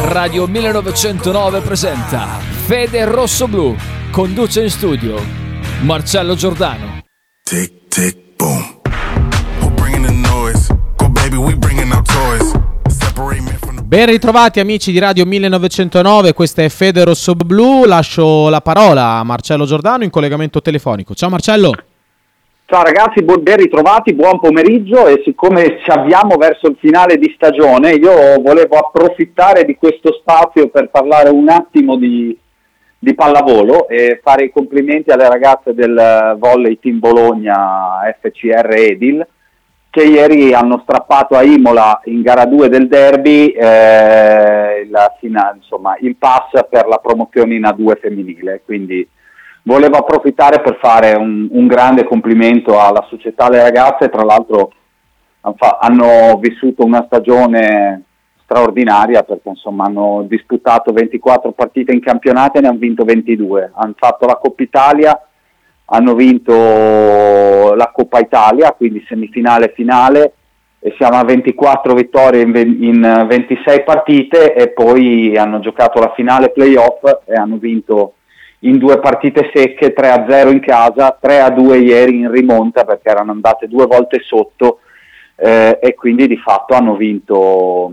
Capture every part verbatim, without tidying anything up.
Radio millenovecentonove presenta Fede Rossoblu. Conduce in studio Marcello Giordano. Tick tick boom. We're bringing the noise. Go baby, we bringing our toys. Separate me from the... Ben ritrovati amici di Radio millenovecentonove, questa è Fede Rossoblu. Lascio la parola a Marcello Giordano in collegamento telefonico. Ciao Marcello. Ciao ragazzi, ben ritrovati, buon pomeriggio, e siccome ci avviamo verso il finale di stagione, io volevo approfittare di questo spazio per parlare un attimo di, di pallavolo e fare i complimenti alle ragazze del Volley Team Bologna F C R Edil, che ieri hanno strappato a Imola in gara due del derby eh, la fina, insomma, il pass per la promozione in A due femminile, quindi volevo approfittare per fare un, un grande complimento alla società, alle ragazze. Tra l'altro hanno vissuto una stagione straordinaria, perché insomma hanno disputato ventiquattro partite in campionato e ne hanno vinto ventidue, hanno fatto la Coppa Italia, hanno vinto la Coppa Italia, quindi semifinale e finale, e siamo a ventiquattro vittorie in, in ventisei partite, e poi hanno giocato la finale playoff e hanno vinto in due partite secche, tre a zero in casa, tre a due ieri in rimonta, perché erano andate due volte sotto, eh, e quindi di fatto hanno vinto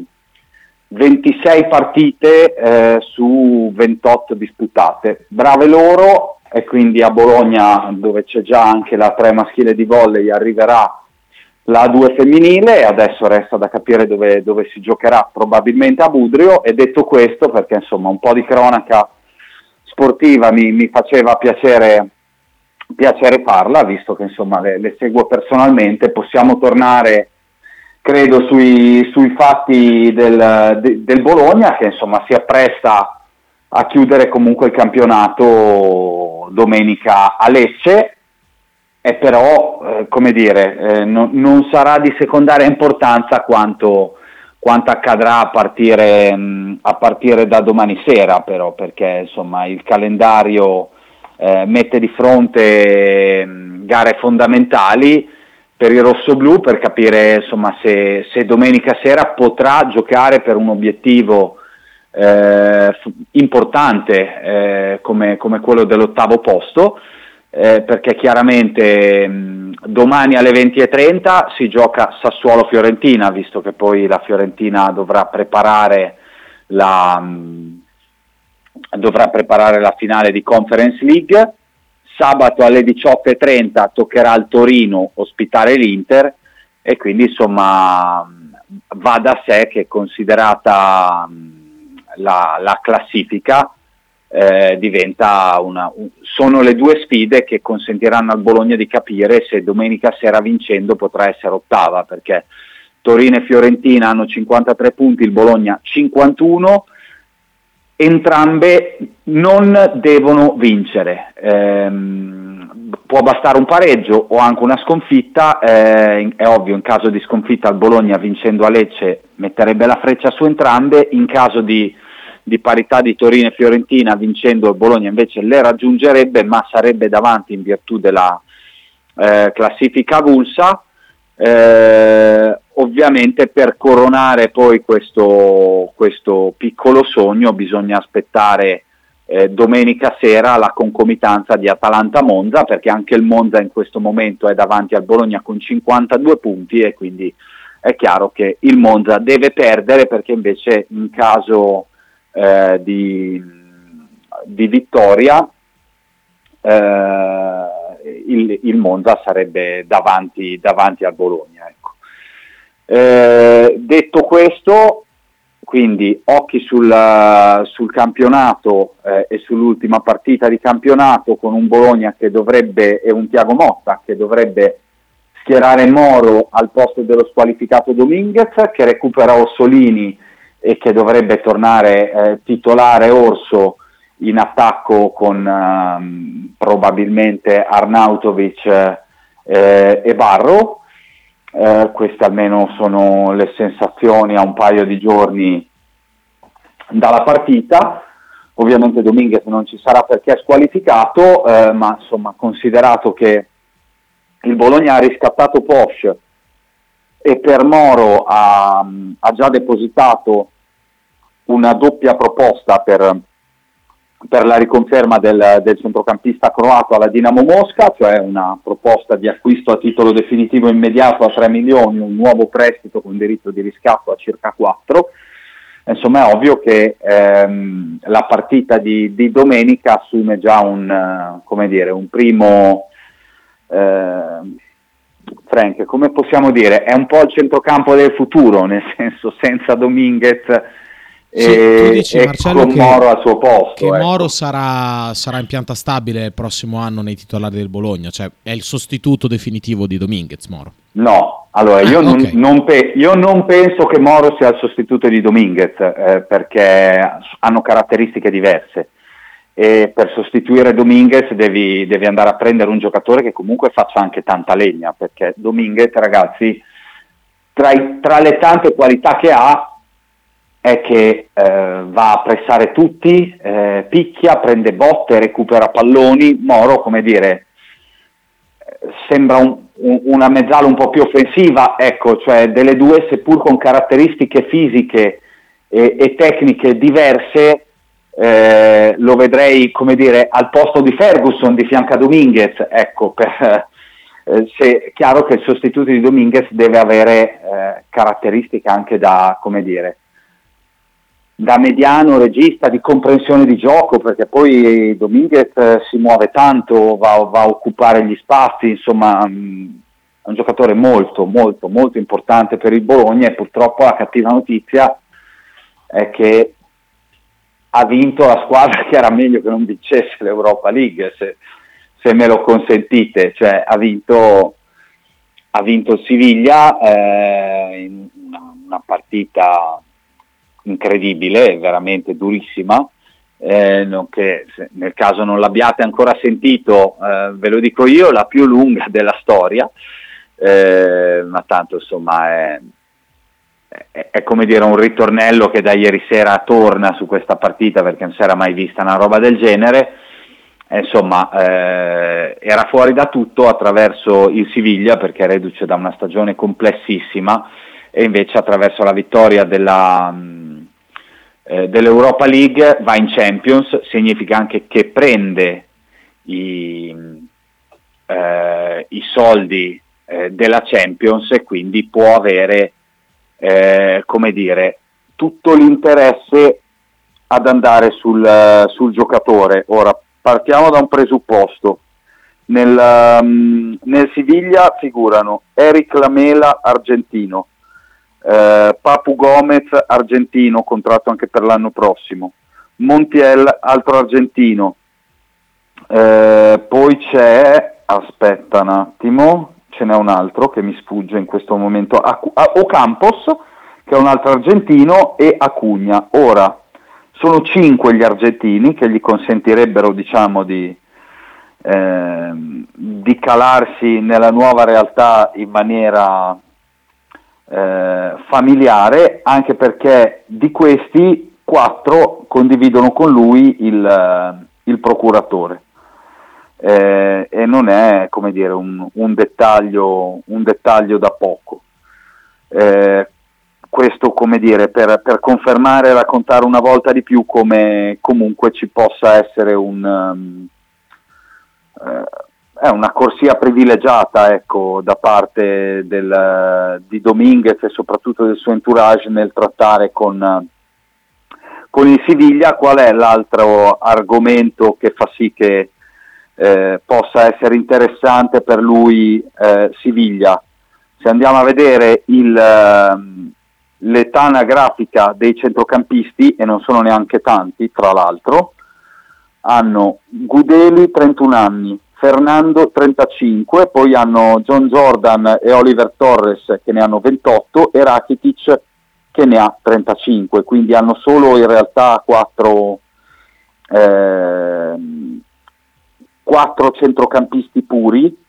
ventisei partite eh, su ventotto disputate. Brave loro, e quindi a Bologna, dove c'è già anche la tre maschile di volley, arriverà la A due femminile, e adesso resta da capire dove, dove si giocherà, probabilmente a Budrio. E detto questo, perché insomma un po' di cronaca sportiva mi, mi faceva piacere, piacere farla, visto che insomma le, le seguo personalmente, possiamo tornare credo sui, sui fatti del, de, del Bologna, che insomma si appresta a chiudere comunque il campionato domenica a Lecce, e però eh, come dire eh, no, non sarà di secondaria importanza quanto quanto accadrà a partire, mh, a partire da domani sera, però, perché insomma il calendario eh, mette di fronte mh, gare fondamentali per i rossoblù, per capire insomma se, se domenica sera potrà giocare per un obiettivo eh, f- importante eh, come, come quello dell'ottavo posto. Eh, perché chiaramente mh, domani alle venti e trenta si gioca Sassuolo-Fiorentina, visto che poi la Fiorentina dovrà preparare la, mh, dovrà preparare la finale di Conference League. Sabato alle diciotto e trenta toccherà al Torino ospitare l'Inter, e quindi insomma va da sé che, considerata mh, la, la classifica, Eh, diventa una, un, sono le due sfide che consentiranno al Bologna di capire se domenica sera vincendo potrà essere ottava, perché Torino e Fiorentina hanno cinquantatré punti, il Bologna cinquantuno, entrambe non devono vincere, ehm, può bastare un pareggio o anche una sconfitta. Eh, è ovvio, in caso di sconfitta il Bologna, vincendo a Lecce, metterebbe la freccia su entrambe. In caso di di parità di Torino e Fiorentina, vincendo il Bologna invece le raggiungerebbe, ma sarebbe davanti in virtù della eh, classifica avulsa. Eh, ovviamente per coronare poi questo, questo piccolo sogno bisogna aspettare eh, domenica sera la concomitanza di Atalanta-Monza, perché anche il Monza in questo momento è davanti al Bologna con cinquantadue punti, e quindi è chiaro che il Monza deve perdere, perché invece in caso Eh, di, di vittoria eh, il, il Monza sarebbe davanti, davanti al Bologna, ecco. Eh, detto questo, quindi occhi sul, sul campionato eh, e sull'ultima partita di campionato, con un Bologna che dovrebbe, e un Thiago Motta che dovrebbe schierare Moro al posto dello squalificato Dominguez, che recupera Orsolini e che dovrebbe tornare eh, titolare Orso in attacco con ehm, probabilmente Arnautovic eh, e Barro. Eh, queste almeno sono le sensazioni a un paio di giorni dalla partita. Ovviamente Dominguez non ci sarà perché è squalificato, eh, ma insomma, considerato che il Bologna ha riscattato Posch e per Moro ha, ha già depositato una doppia proposta per, per la riconferma del, del centrocampista croato alla Dinamo Mosca, cioè una proposta di acquisto a titolo definitivo immediato a tre milioni, un nuovo prestito con diritto di riscatto a circa quattro. Insomma, è ovvio che ehm, la partita di, di domenica assume già un, uh, come dire, un primo, eh, Frank, come possiamo dire, è un po' il centrocampo del futuro, nel senso senza Dominguez Sì, e, tu dici, e Marcello, con che, Moro al suo posto. che ecco. Moro sarà, sarà in pianta stabile il prossimo anno nei titolari del Bologna, cioè è il sostituto definitivo di Dominguez, Moro. No, allora io, Ah, non, ok. non pe- io non penso che Moro sia il sostituto di Dominguez, eh, perché hanno caratteristiche diverse e per sostituire Dominguez devi, devi andare a prendere un giocatore che comunque faccia anche tanta legna, perché Dominguez, ragazzi, tra, i- tra le tante qualità che ha è che eh, va a pressare tutti, eh, picchia, prende botte, recupera palloni. Moro, come dire, sembra un, un, una mezzala un po' più offensiva, ecco, cioè delle due, seppur con caratteristiche fisiche e, e tecniche diverse, eh, lo vedrei, come dire, al posto di Ferguson di fianco a Dominguez, ecco, per, eh, se, è chiaro che il sostituto di Dominguez deve avere eh, caratteristiche anche da, come dire, da mediano regista, di comprensione di gioco, perché poi Dominguez eh, si muove tanto, va, va a occupare gli spazi, insomma mh, è un giocatore molto molto molto importante per il Bologna, e purtroppo la cattiva notizia è che ha vinto la squadra che era meglio che non vincesse l'Europa League, se, se me lo consentite, cioè ha vinto ha vinto il Siviglia eh, in una, una partita incredibile, veramente durissima, eh, nonché, se nel caso non l'abbiate ancora sentito, eh, ve lo dico io, la più lunga della storia, eh, ma tanto insomma è, è, è come dire un ritornello che da ieri sera torna su questa partita, perché non si era mai vista una roba del genere. E insomma eh, era fuori da tutto attraverso il Siviglia, perché è reduce da una stagione complessissima, e invece attraverso la vittoria della, mh, eh, dell'Europa League va in Champions. Significa anche che prende i, eh, i soldi eh, della Champions, e quindi può avere eh, come dire tutto l'interesse ad andare sul, sul giocatore. Ora partiamo da un presupposto. Nel, um, nel Siviglia figurano Eric Lamela, argentino, eh, Papu Gomez, argentino, contratto anche per l'anno prossimo, Montiel, altro argentino, eh, poi c'è, aspetta un attimo, ce n'è un altro che mi sfugge in questo momento, Acu- Ocampos, che è un altro argentino, e Acugna. Ora, sono cinque gli argentini che gli consentirebbero, diciamo, di, eh, di calarsi nella nuova realtà in maniera eh, familiare, anche perché di questi quattro condividono con lui il, il procuratore. Eh, e non è, come dire, un, un dettaglio, un dettaglio da poco. Eh, questo, come dire, per, per confermare e raccontare una volta di più come comunque ci possa essere un um, eh, è una corsia privilegiata, ecco, da parte del, di Dominguez e soprattutto del suo entourage nel trattare con, con il Siviglia. Qual è l'altro argomento che fa sì che eh, possa essere interessante per lui eh, Siviglia? Se andiamo a vedere il l'età anagrafica dei centrocampisti, e non sono neanche tanti, tra l'altro, hanno Gudeli trentuno anni, Fernando trentacinque, poi hanno John Jordan e Oliver Torres che ne hanno ventotto, e Rakitic che ne ha trentacinque, quindi hanno solo in realtà quattro, eh, quattro centrocampisti puri,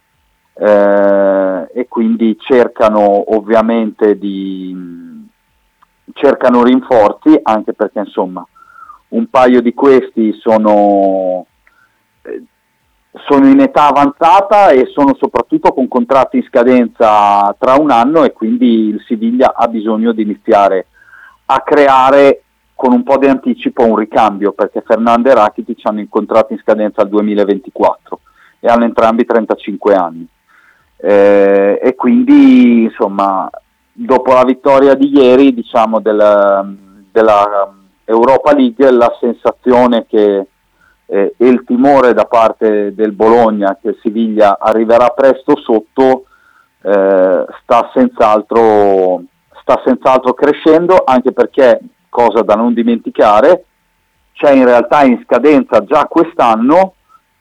eh, e quindi cercano ovviamente di cercano rinforzi, anche perché insomma un paio di questi sono eh, sono in età avanzata e sono soprattutto con contratti in scadenza tra un anno, e quindi il Siviglia ha bisogno di iniziare a creare con un po' di anticipo un ricambio, perché Fernando e Rakitic hanno incontrato in scadenza al duemilaventiquattro e hanno entrambi trentacinque anni. Eh, e quindi insomma dopo la vittoria di ieri, diciamo, della, della Europa League, la sensazione che eh, e il timore da parte del Bologna che il Siviglia arriverà presto sotto eh, sta senz'altro sta senz'altro crescendo, anche perché, cosa da non dimenticare, c'è in realtà in scadenza già quest'anno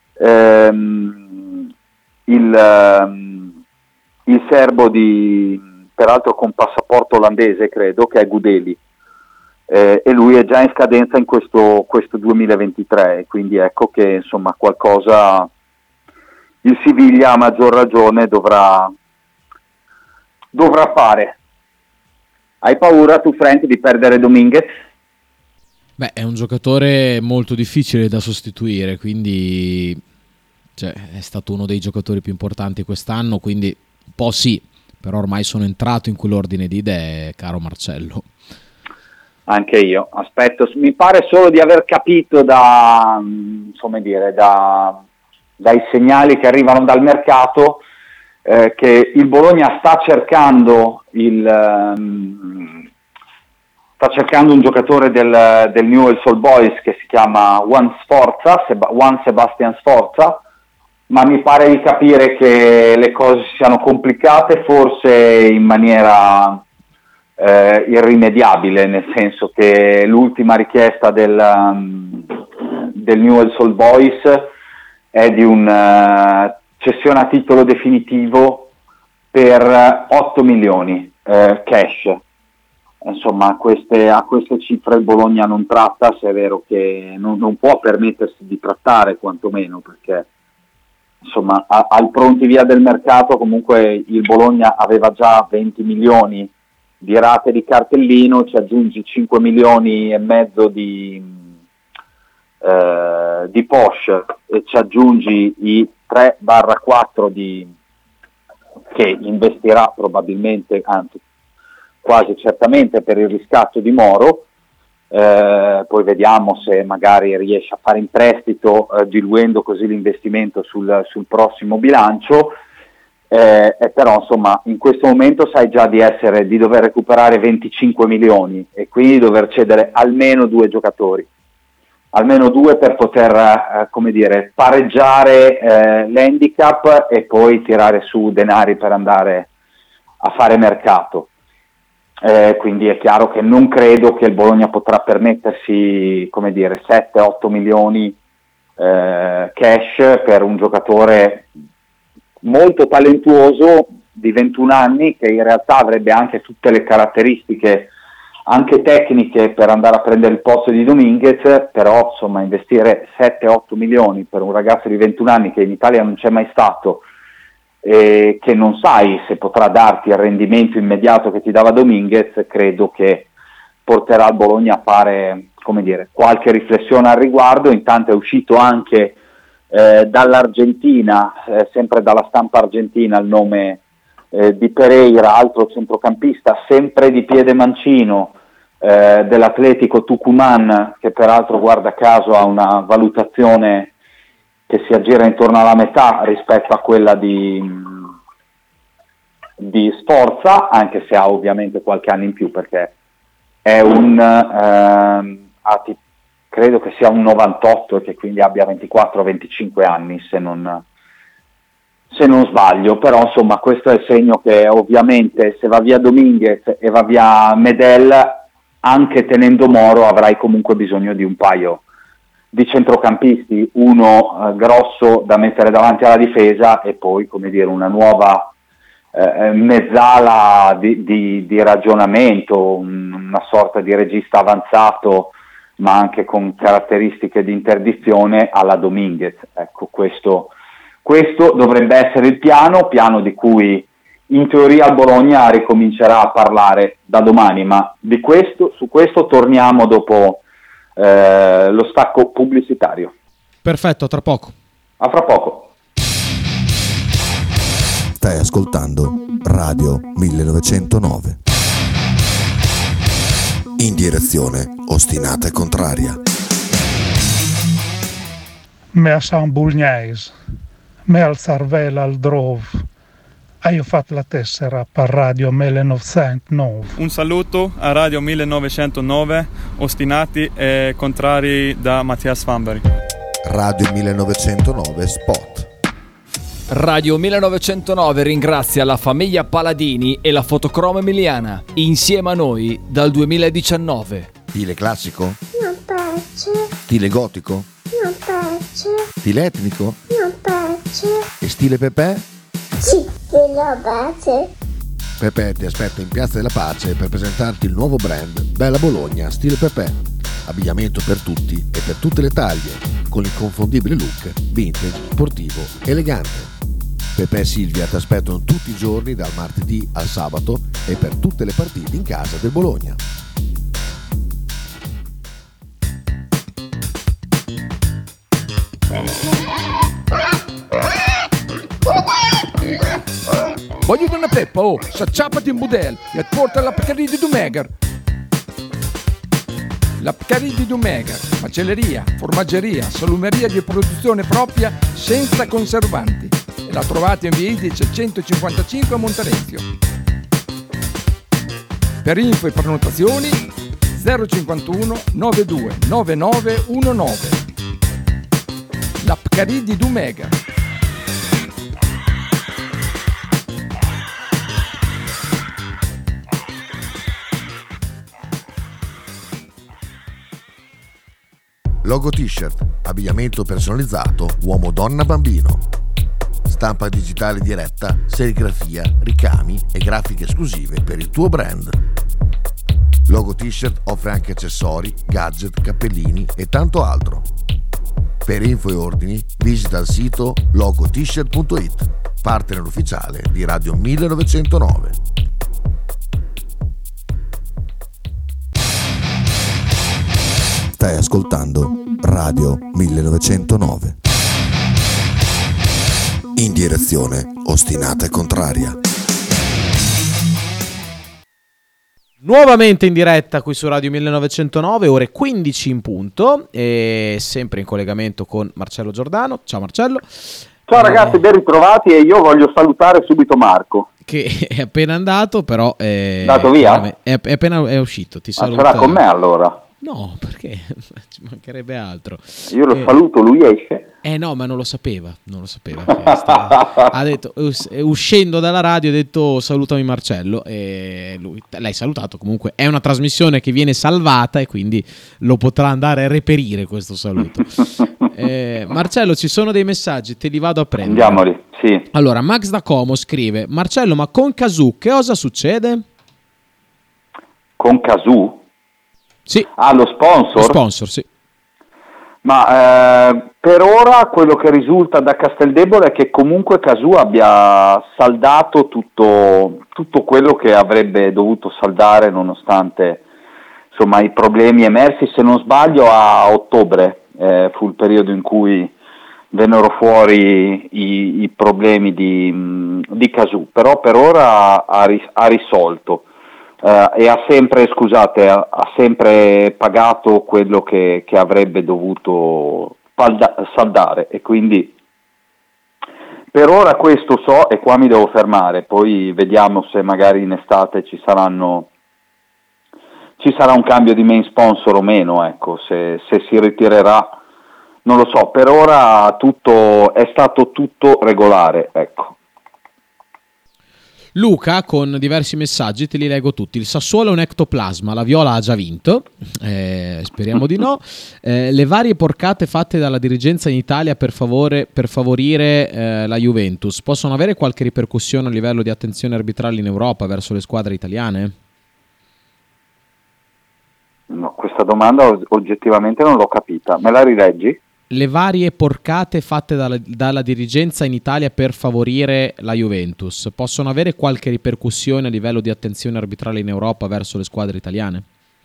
ehm, il, ehm, il serbo di, peraltro con passaporto olandese credo, che è Gudeli, eh, e lui è già in scadenza in questo, questo duemilaventitré, quindi ecco che insomma qualcosa il Siviglia a maggior ragione dovrà, dovrà fare. Hai paura tu, Frank, di perdere Dominguez? Beh, è un giocatore molto difficile da sostituire, quindi cioè, è stato uno dei giocatori più importanti quest'anno, quindi un po' sì, però ormai sono entrato in quell'ordine di idee, caro Marcello. Anche io, aspetto, mi pare solo di aver capito da, come dire, da, dai segnali che arrivano dal mercato, eh, che il Bologna sta cercando il um, sta cercando un giocatore del, del Newell's Old Boys che si chiama Juan Sforza, Seb- Juan Sebastian Sforza, ma mi pare di capire che le cose siano complicate, forse in maniera eh, irrimediabile, nel senso che l'ultima richiesta del, um, del Newell's Old Boys è di un uh, cessione a titolo definitivo per otto milioni uh, cash. Insomma, a queste, a queste cifre il Bologna non tratta, se è vero che non, non può permettersi di trattare, quantomeno, perché insomma a, al pronti via del mercato comunque il Bologna aveva già venti milioni di rate di cartellino, ci aggiungi cinque milioni e mezzo di, eh, di Porsche e ci aggiungi i tre quattro di che investirà probabilmente, anzi quasi certamente, per il riscatto di Moro, eh, poi vediamo se magari riesce a fare in prestito, eh, diluendo così l'investimento sul, sul prossimo bilancio, eh, e però insomma in questo momento sai già di essere di dover recuperare venticinque milioni e quindi dover cedere almeno due giocatori, almeno due per poter eh, come dire pareggiare eh, l'handicap e poi tirare su denari per andare a fare mercato. Eh, quindi è chiaro che non credo che il Bologna potrà permettersi, come dire, sette otto milioni eh, cash per un giocatore molto talentuoso di ventuno anni, che in realtà avrebbe anche tutte le caratteristiche anche tecniche per andare a prendere il posto di Dominguez, però insomma investire sette otto milioni per un ragazzo di ventuno anni che in Italia non c'è mai stato, e che non sai se potrà darti il rendimento immediato che ti dava Dominguez, credo che porterà il Bologna a fare, come dire, qualche riflessione al riguardo. Intanto è uscito anche eh, dall'Argentina, eh, sempre dalla stampa argentina, il nome eh, di Pereira, altro centrocampista, sempre di piede mancino, eh, dell'Atletico Tucumán, che peraltro guarda caso ha una valutazione che si aggira intorno alla metà rispetto a quella di, di Sforza, anche se ha ovviamente qualche anno in più, perché è un ehm, ati, credo che sia un novantotto e che quindi abbia ventiquattro venticinque anni, se non, se non sbaglio. Però insomma questo è il segno che ovviamente se va via Dominguez e va via Medel, anche tenendo Moro avrai comunque bisogno di un paio di centrocampisti, uno eh, grosso da mettere davanti alla difesa e poi, come dire, una nuova eh, mezzala di, di, di ragionamento, un, una sorta di regista avanzato ma anche con caratteristiche di interdizione alla Dominguez. Ecco, questo, questo dovrebbe essere il piano, piano di cui in teoria il Bologna ricomincerà a parlare da domani, ma di questo, su questo torniamo dopo Eh, lo stacco pubblicitario. Perfetto, a tra poco. A fra poco. Stai ascoltando Radio millenovecentonove. in direzione ostinata e contraria. Me a San Bulgnais, me al Sarvela al Drove, io ho fatto la tessera per Radio millenovecentonove. Un saluto a Radio millenovecentonove, ostinati e contrari da Mattias Vanberg. Radio millenovecentonove Spot. Radio millenovecentonove ringrazia la famiglia Paladini e la Fotocromo Emiliana, insieme a noi dal duemiladiciannove. Stile classico? Non piace. Stile gotico? Non piace. Stile etnico? Non piace. E stile Pepe? Sì, lo piace. Pepe ti aspetta in Piazza della Pace per presentarti il nuovo brand Bella Bologna Stile Pepe. Abbigliamento per tutti e per tutte le taglie, con l'inconfondibile look vintage, sportivo, elegante. Pepe e Silvia ti aspettano tutti i giorni dal martedì al sabato e per tutte le partite in casa del Bologna. Voglio una peppa, oh, s'acciappati in budel e porta la Pcaridi di Dumegar. La Pcaridi di Dumegar, macelleria, formaggeria, salumeria di produzione propria senza conservanti. E la trovate in via Idice centocinquantacinque a Monterezio. Per info e prenotazioni zero cinquantuno novantadue novantanove diciannove. La Pcaridi di Dumegar. Logo t-shirt, abbigliamento personalizzato, uomo, donna, bambino. Stampa digitale diretta, serigrafia, ricami e grafiche esclusive per il tuo brand. Logo t-shirt offre anche accessori, gadget, cappellini e tanto altro. Per info e ordini visita il sito logo t shirt punto it, partner ufficiale di Radio millenovecentonove. Stai ascoltando Radio millenovecentonove. In direzione ostinata e contraria. Nuovamente in diretta qui su Radio millenovecentonove, ore quindici in punto, e sempre in collegamento con Marcello Giordano. Ciao Marcello. Ciao ragazzi, eh... ben ritrovati, e io voglio salutare subito Marco. Che è appena andato, però è andato via? È, è appena è uscito. Ti Ma sarà con me allora? No, perché ci mancherebbe altro. Io lo eh, saluto, lui esce. Eh no, ma non lo sapeva, non lo sapeva. Stava, ha detto, us- uscendo dalla radio, ha detto salutami Marcello, e lui, l'hai salutato. Comunque è una trasmissione che viene salvata e quindi lo potrà andare a reperire questo saluto. eh, Marcello, ci sono dei messaggi, te li vado a prendere. Andiamoli, sì. Allora, Max da Como scrive: Marcello, ma con Cazù che cosa succede? Con Cazù? Sì. Ah, lo sponsor? Lo sponsor, sì. Ma eh, per ora quello che risulta da Casteldebole è che comunque Cazù abbia saldato tutto, tutto quello che avrebbe dovuto saldare, nonostante insomma i problemi emersi. Se non sbaglio a ottobre eh, fu il periodo in cui vennero fuori i, i problemi di, di Cazù, però per ora ha, ris- ha risolto. Uh, e ha sempre, scusate, ha, ha sempre pagato quello che, che avrebbe dovuto palda- saldare, e quindi per ora questo so, e qua mi devo fermare, poi vediamo se magari in estate ci saranno ci sarà un cambio di main sponsor o meno, ecco, se, se si ritirerà non lo so. Per ora tutto è stato tutto regolare, ecco. Luca con diversi messaggi, te li leggo tutti. Il Sassuolo è un ectoplasma, la Viola ha già vinto, eh, speriamo di no. Eh, le varie porcate fatte dalla dirigenza in Italia per, favore, per favorire eh, la Juventus possono avere qualche ripercussione a livello di attenzione arbitrale in Europa verso le squadre italiane? No, questa domanda oggettivamente non l'ho capita, me la rileggi? Le varie porcate fatte dalla, dalla dirigenza in Italia per favorire la Juventus possono avere qualche ripercussione a livello di attenzione arbitrale in Europa verso le squadre italiane?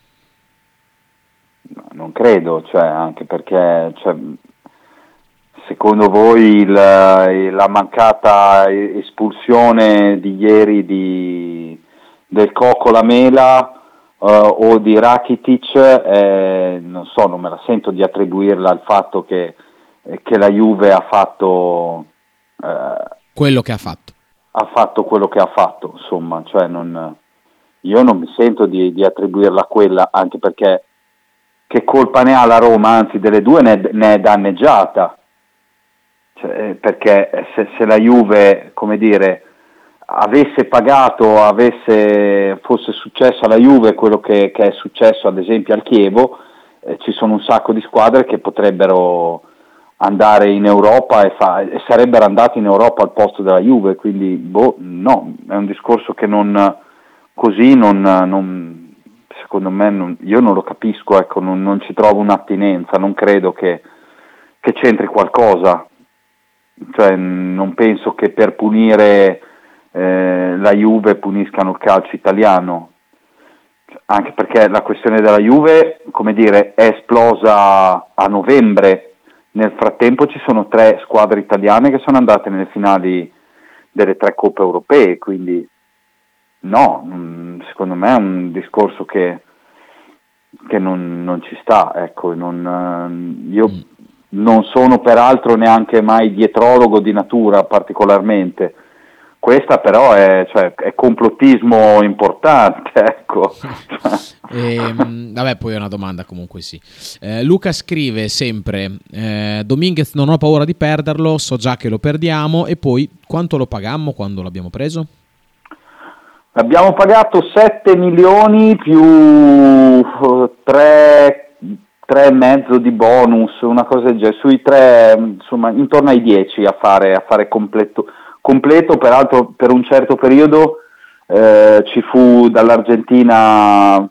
No, non credo, cioè, anche perché cioè, secondo voi il, la mancata espulsione di ieri di, del Cocco Lamela o di Rakitic, eh, non so, non me la sento di attribuirla al fatto che, eh, che la Juve ha fatto eh, quello che ha fatto ha fatto quello che ha fatto, insomma, cioè non, io non mi sento di, di attribuirla a quella, anche perché che colpa ne ha la Roma, anzi delle due ne, ne è danneggiata, cioè, perché se, se la Juve, come dire, avesse pagato, avesse fosse successo alla Juve quello che, che è successo ad esempio al Chievo, eh, ci sono un sacco di squadre che potrebbero andare in Europa e, fa, e sarebbero andati in Europa al posto della Juve, quindi boh, no, è un discorso che non così non, non secondo me non, io non lo capisco, ecco, non, non ci trovo un'attinenza, non credo che, che c'entri qualcosa, cioè non penso che per punire Eh, la Juve puniscano il calcio italiano, anche perché la questione della Juve, come dire, è esplosa a novembre. Nel frattempo ci sono tre squadre italiane che sono andate nelle finali delle tre coppe europee, quindi no, secondo me è un discorso che, che non, non ci sta, ecco, non, io non sono peraltro neanche mai dietrologo di natura particolarmente. Questa però è, cioè, è complottismo importante, ecco. E, vabbè, poi è una domanda comunque sì. Eh, Luca scrive sempre, eh, Dominguez non ho paura di perderlo, so già che lo perdiamo, e poi quanto lo pagammo quando l'abbiamo preso? Abbiamo pagato sette milioni più tre, tre e mezzo di bonus, una cosa del genere, sui tre, insomma, intorno ai dieci a fare, a fare completo. completo, peraltro per un certo periodo eh, ci fu dall'Argentina,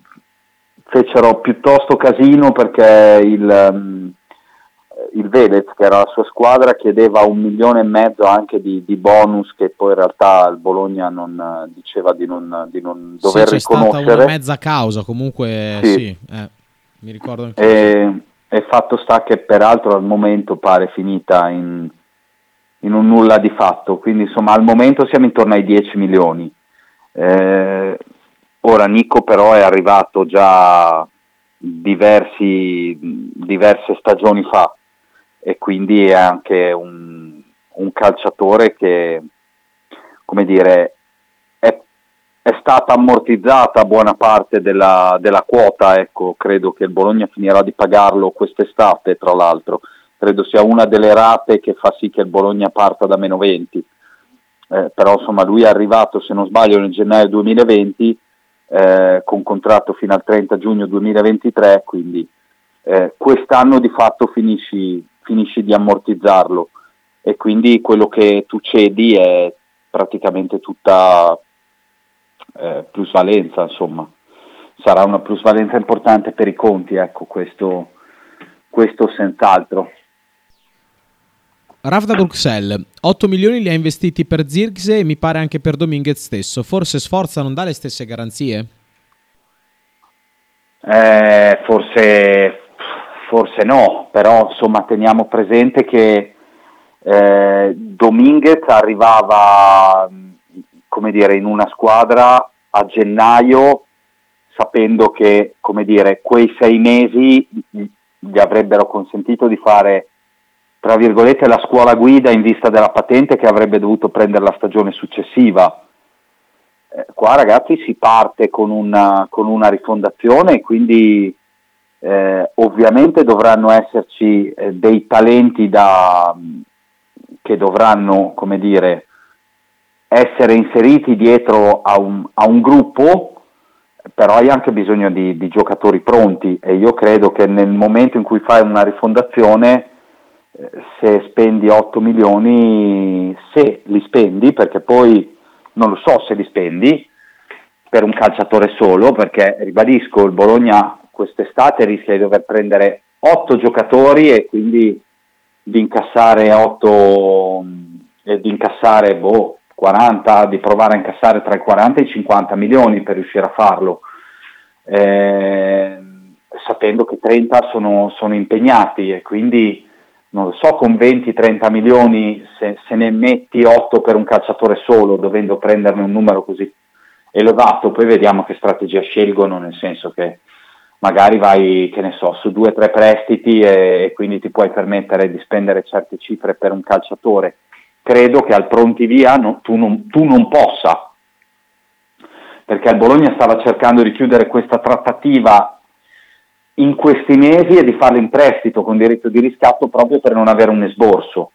fecero piuttosto casino perché il, um, il Vélez, che era la sua squadra, chiedeva un milione e mezzo anche di, di bonus, che poi in realtà il Bologna non uh, diceva di non, di non dover sì, riconoscere. C'è stata una mezza causa comunque, sì, sì eh, mi ricordo anche e, e fatto sta che peraltro al momento pare finita in in un nulla di fatto, quindi insomma al momento siamo intorno ai dieci milioni. Eh, ora Nico però è arrivato già diversi, diverse stagioni fa e quindi è anche un, un calciatore che, come dire, è, è stata ammortizzata buona parte della, della quota, ecco, credo che il Bologna finirà di pagarlo quest'estate, tra l'altro. Credo sia una delle rate che fa sì che il Bologna parta da meno venti, eh, però insomma lui è arrivato, se non sbaglio, nel gennaio duemilaventi eh, con contratto fino al trenta giugno duemilaventitré, quindi eh, quest'anno di fatto finisci, finisci di ammortizzarlo e quindi quello che tu cedi è praticamente tutta eh, plusvalenza, insomma sarà una plusvalenza importante per i conti, ecco, questo, questo senz'altro. Raf da Bruxelles, otto milioni li ha investiti per Zirkzee e mi pare anche per Dominguez stesso. Forse Sforza non dà le stesse garanzie? Eh, forse, forse no, però insomma teniamo presente che eh, Dominguez arrivava, come dire, in una squadra a gennaio sapendo che, come dire, quei sei mesi gli avrebbero consentito di fare, tra virgolette, la scuola guida in vista della patente che avrebbe dovuto prendere la stagione successiva. Eh, qua ragazzi si parte con una, con una rifondazione e quindi eh, ovviamente dovranno esserci eh, dei talenti da, che dovranno, come dire, essere inseriti dietro a un, a un gruppo, però hai anche bisogno di, di giocatori pronti e io credo che nel momento in cui fai una rifondazione, eh, se spendi otto milioni, se li spendi, perché poi non lo so se li spendi per un calciatore solo, perché ribadisco, il Bologna quest'estate rischia di dover prendere otto giocatori e quindi di incassare otto e di incassare boh, quaranta, di provare a incassare tra i quaranta e i cinquanta milioni per riuscire a farlo, eh, sapendo che trenta sono, sono impegnati e quindi non lo so, con venti trenta milioni se, se ne metti otto per un calciatore solo, dovendo prenderne un numero così elevato, poi vediamo che strategia scelgono, nel senso che magari vai, che ne so, su due o tre prestiti e, e quindi ti puoi permettere di spendere certe cifre per un calciatore. Credo che al pronti via no, tu, non, tu non possa, perché il Bologna stava cercando di chiudere questa trattativa in questi mesi e di farlo in prestito con diritto di riscatto proprio per non avere un esborso.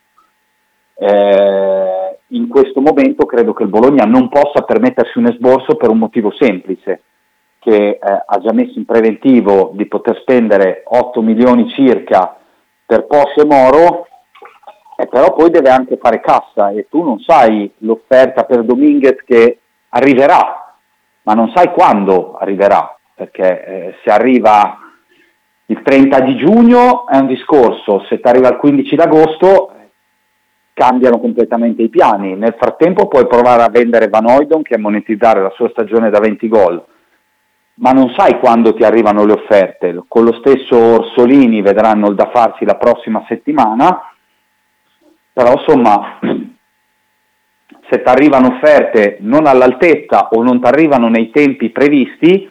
Eh, in questo momento credo che il Bologna non possa permettersi un esborso per un motivo semplice, che eh, ha già messo in preventivo di poter spendere otto milioni circa per Posch e Moro, e però poi deve anche fare cassa e tu non sai l'offerta per Dominguez che arriverà, ma non sai quando arriverà, perché eh, se arriva il trenta di giugno è un discorso, se ti arriva il quindici d'agosto cambiano completamente i piani. Nel frattempo puoi provare a vendere Van Hooijdonk che monetizzare la sua stagione da venti gol, ma non sai quando ti arrivano le offerte. Con lo stesso Orsolini vedranno il da farsi la prossima settimana, però insomma se ti arrivano offerte non all'altezza o non ti arrivano nei tempi previsti,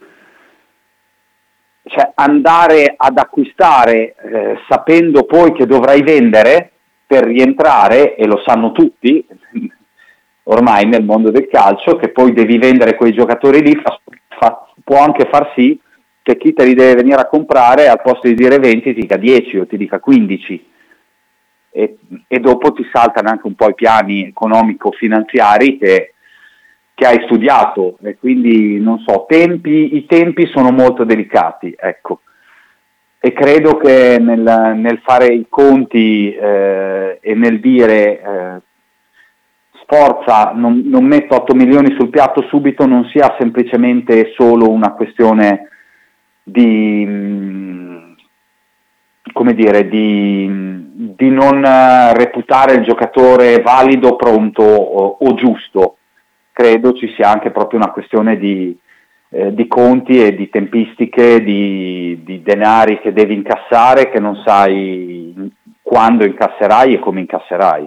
cioè andare ad acquistare eh, sapendo poi che dovrai vendere per rientrare, e lo sanno tutti ormai nel mondo del calcio, che poi devi vendere quei giocatori lì, fa, fa, può anche far sì che chi te li deve venire a comprare al posto di dire venti ti dica dieci o ti dica quindici, e, e dopo ti saltano anche un po' i piani economico-finanziari che, che hai studiato, e quindi non so, tempi, i tempi sono molto delicati, ecco. E credo che nel, nel fare i conti eh, e nel dire eh, sforza, non, non metto otto milioni sul piatto subito, non sia semplicemente solo una questione di, mh, come dire, di, di non reputare il giocatore valido, pronto o, o giusto. Credo ci sia anche proprio una questione di Eh, di conti e di tempistiche, di, di denari che devi incassare, che non sai quando incasserai e come incasserai.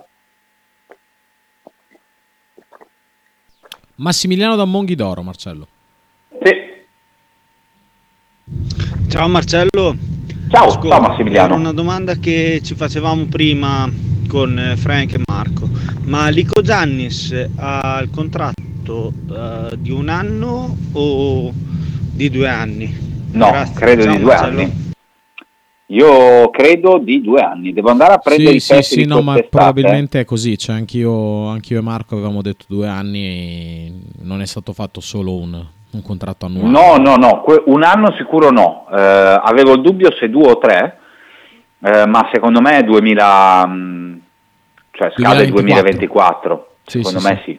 Massimiliano da Monghidoro, Marcello. Sì. Ciao Marcello. Ciao, Ascolta, ciao Massimiliano. Era una domanda che ci facevamo prima con Frank e Marco, ma Lico Giannis ha il contratto Uh, di un anno o di due anni? No, Grazie. credo Ciao, di due Marcello. anni. Io credo di due anni. Devo andare a prendere Sì, i sì, pezzi sì, di no, ma quest'estate. probabilmente è così. Cioè, anch'io, anch'io e Marco avevamo detto due anni e non è stato fatto solo un, un contratto annuale. No, no, no, que- un anno sicuro no. Eh, avevo il dubbio se due o tre, eh, ma secondo me è duemila, mh, cioè scade il duemilaventiquattro. Sì, secondo sì, me sì. sì.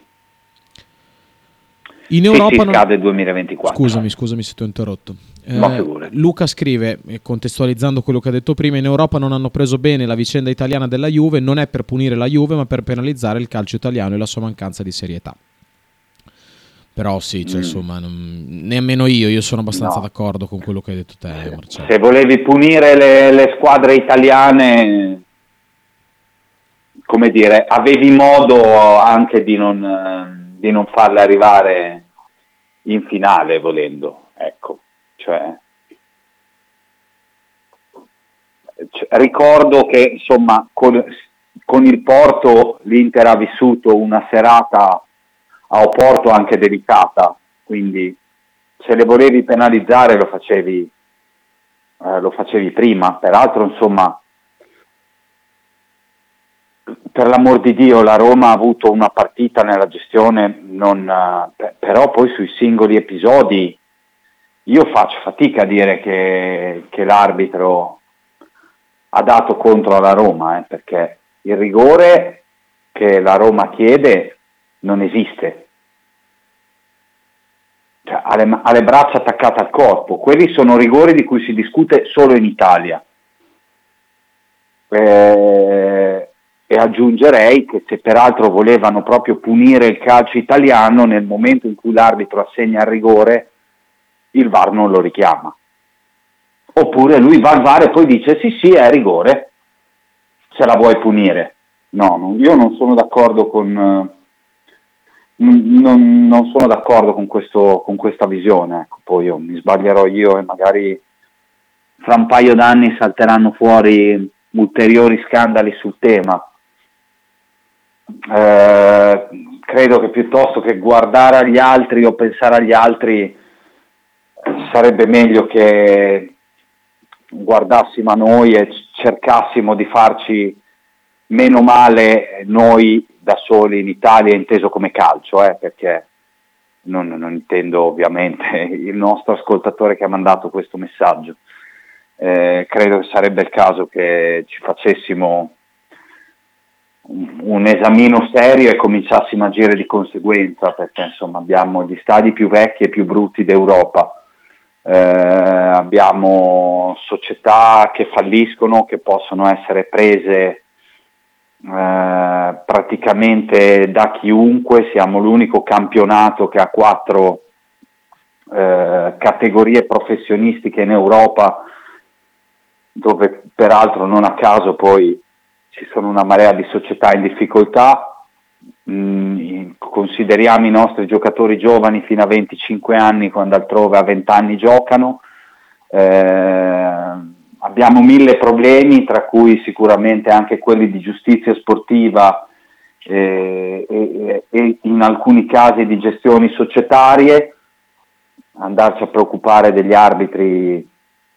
In Sì, Europa sì, non... scade il duemilaventiquattro. Scusami, scusami se ti ho interrotto. No, Eh, figurati. Luca scrive, eh, contestualizzando quello che ha detto prima, in Europa non hanno preso bene la vicenda italiana della Juve, non è per punire la Juve ma per penalizzare il calcio italiano e la sua mancanza di serietà. Però sì, cioè, Mm. insomma, non... nemmeno io, io sono abbastanza No. d'accordo con quello che hai detto te, Marcello. Se volevi punire le, le squadre italiane, come dire, avevi modo anche di non, eh, di non farle arrivare in finale volendo, ecco, cioè, cioè, ricordo che insomma con, con il Porto l'Inter ha vissuto una serata a Oporto anche delicata, quindi se le volevi penalizzare lo facevi, eh, lo facevi prima. Peraltro insomma, per l'amor di Dio, la Roma ha avuto una partita nella gestione, non, eh, però poi sui singoli episodi io faccio fatica a dire che, che l'arbitro ha dato contro alla Roma, eh, perché il rigore che la Roma chiede non esiste. Cioè, ha, le, ha le braccia attaccate al corpo. Quelli sono rigori di cui si discute solo in Italia. Eh, E aggiungerei che se peraltro volevano proprio punire il calcio italiano, nel momento in cui l'arbitro assegna il rigore, il V A R non lo richiama. Oppure lui va al V A R e poi dice sì sì è rigore, se la vuoi punire. No, no, io non sono d'accordo con, non, non sono d'accordo con, questo, con questa visione, ecco, poi io mi sbaglierò io e magari fra un paio d'anni salteranno fuori ulteriori scandali sul tema. Eh, credo che piuttosto che guardare agli altri o pensare agli altri sarebbe meglio che guardassimo a noi e cercassimo di farci meno male noi da soli in Italia, inteso come calcio, eh, perché non, non intendo ovviamente il nostro ascoltatore che ha mandato questo messaggio. Eh, credo che sarebbe il caso che ci facessimo un, un esamino serio e cominciassimo a agire di conseguenza, perché insomma abbiamo gli stadi più vecchi e più brutti d'Europa, eh, abbiamo società che falliscono, che possono essere prese Eh, praticamente da chiunque, siamo l'unico campionato che ha quattro eh, categorie professionistiche in Europa, dove peraltro non a caso poi ci sono una marea di società in difficoltà. Mm, consideriamo i nostri giocatori giovani fino a venticinque anni, quando altrove a venti anni giocano. Eh, Abbiamo mille problemi, tra cui sicuramente anche quelli di giustizia sportiva eh, e, e in alcuni casi di gestioni societarie. Andarci a preoccupare degli arbitri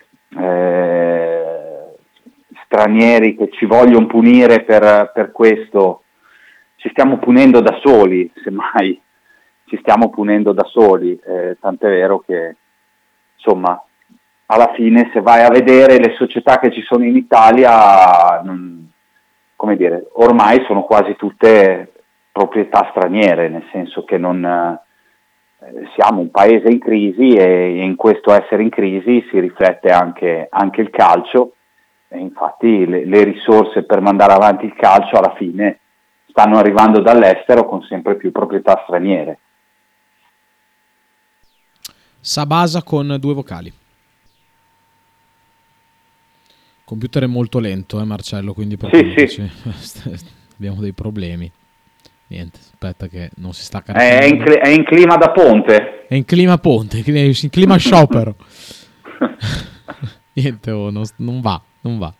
eh, stranieri che ci vogliono punire per, per questo, ci stiamo punendo da soli, semmai ci stiamo punendo da soli, eh, tant'è vero che insomma alla fine se vai a vedere le società che ci sono in Italia, non, come dire, ormai sono quasi tutte proprietà straniere, nel senso che non eh, siamo un paese in crisi e in questo essere in crisi si riflette anche, anche il calcio, e infatti le, le risorse per mandare avanti il calcio alla fine stanno arrivando dall'estero con sempre più proprietà straniere. Sabasa con due vocali. Computer è molto lento, eh Marcello, quindi sì, sì. abbiamo dei problemi. Niente, aspetta che non si sta caricando. È in, cl- è in clima da ponte. È in clima ponte, in clima sciopero. Niente, oh, non, non va, non va.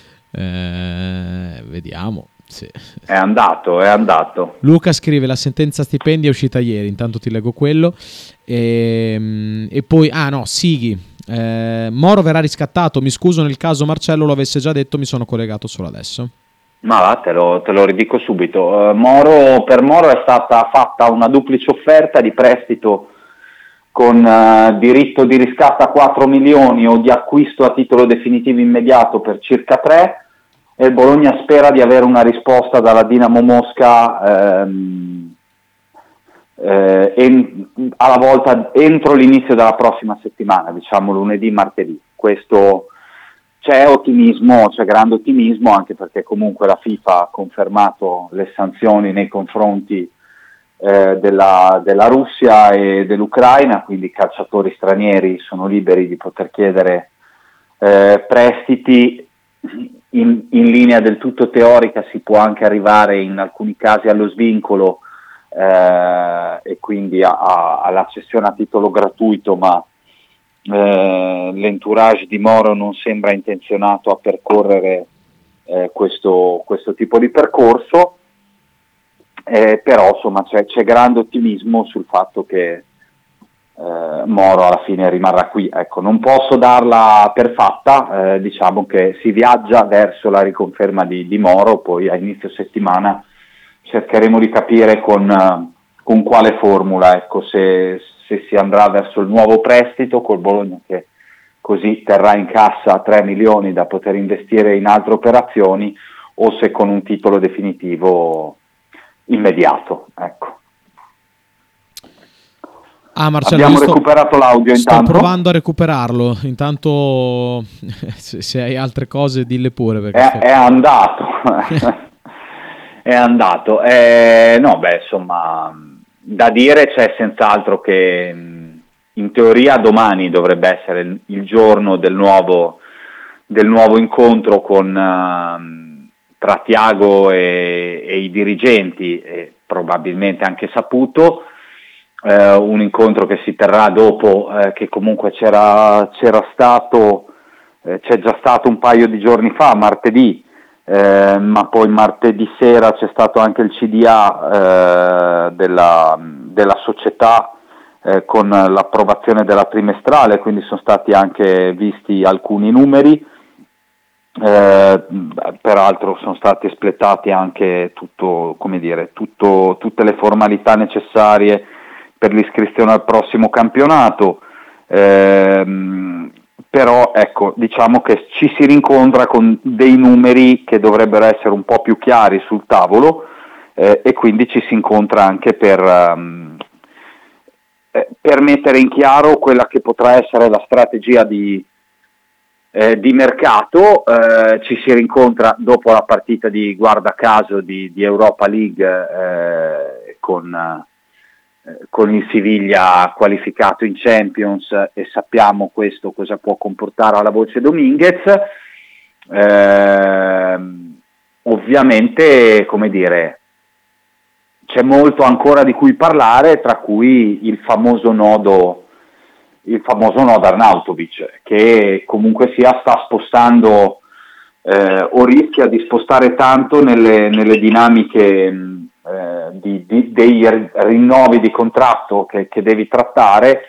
Eh, vediamo. Sì. È andato, è andato. Luca scrive: la sentenza stipendi è uscita ieri, intanto ti leggo quello. E, e poi, ah no, Sighi. Eh, Moro verrà riscattato, mi scuso nel caso Marcello lo avesse già detto, mi sono collegato solo adesso. Ma va, te lo, te lo ridico subito. Uh, Moro, per Moro è stata fatta una duplice offerta di prestito con uh, diritto di riscatto a quattro milioni o di acquisto a titolo definitivo immediato per circa tre, e il Bologna spera di avere una risposta dalla Dinamo Mosca ehm, Eh, en- alla volta entro l'inizio della prossima settimana, diciamo lunedì, martedì. Questo c'è ottimismo, c'è grande ottimismo, anche perché comunque la FIFA ha confermato le sanzioni nei confronti eh, della, della Russia e dell'Ucraina, quindi i calciatori stranieri sono liberi di poter chiedere eh, prestiti. In, in linea del tutto teorica si può anche arrivare in alcuni casi allo svincolo Eh, e quindi a, a, alla cessione a titolo gratuito, ma eh, l'entourage di Moro non sembra intenzionato a percorrere eh, questo, questo tipo di percorso, eh, però insomma c'è, c'è grande ottimismo sul fatto che eh, Moro alla fine rimarrà qui. Ecco, non posso darla per fatta, eh, diciamo che si viaggia verso la riconferma di, di Moro, poi a inizio settimana cercheremo di capire con, uh, con quale formula, ecco, se, se si andrà verso il nuovo prestito col Bologna, che così terrà in cassa tre milioni da poter investire in altre operazioni, o se con un titolo definitivo immediato, ecco. Ah, Marcello, abbiamo sto, recuperato l'audio sto intanto. Sto provando a recuperarlo, intanto se, se hai altre cose dille pure, perché è, sto... è andato è andato eh, no beh insomma da dire c'è senz'altro che in teoria domani dovrebbe essere il, il giorno del nuovo del nuovo incontro con uh, tra Tiago e, e i dirigenti, e probabilmente anche saputo, eh, un incontro che si terrà dopo, eh, che comunque c'era, c'era stato, eh, c'è già stato un paio di giorni fa, martedì, eh, ma poi martedì sera c'è stato anche il C D A eh, della, della società, eh, con l'approvazione della trimestrale, quindi sono stati anche visti alcuni numeri. Eh, peraltro sono stati espletati anche tutto, come dire, tutto, tutte le formalità necessarie per l'iscrizione al prossimo campionato, eh, però ecco, diciamo che ci si rincontra con dei numeri che dovrebbero essere un po' più chiari sul tavolo, eh, e quindi ci si incontra anche per, um, eh, per mettere in chiaro quella che potrà essere la strategia di Eh, di mercato. Eh, ci si rincontra dopo la partita di guarda caso di, di Europa League, eh, con, eh, con il Siviglia qualificato in Champions, e sappiamo questo cosa può comportare alla voce Dominguez. Eh, ovviamente, come dire, c'è molto ancora di cui parlare, tra cui il famoso nodo il famoso nodo Arnautovic, che comunque sia sta spostando, eh, o rischia di spostare tanto nelle, nelle dinamiche eh, di, di, dei rinnovi di contratto che, che devi trattare,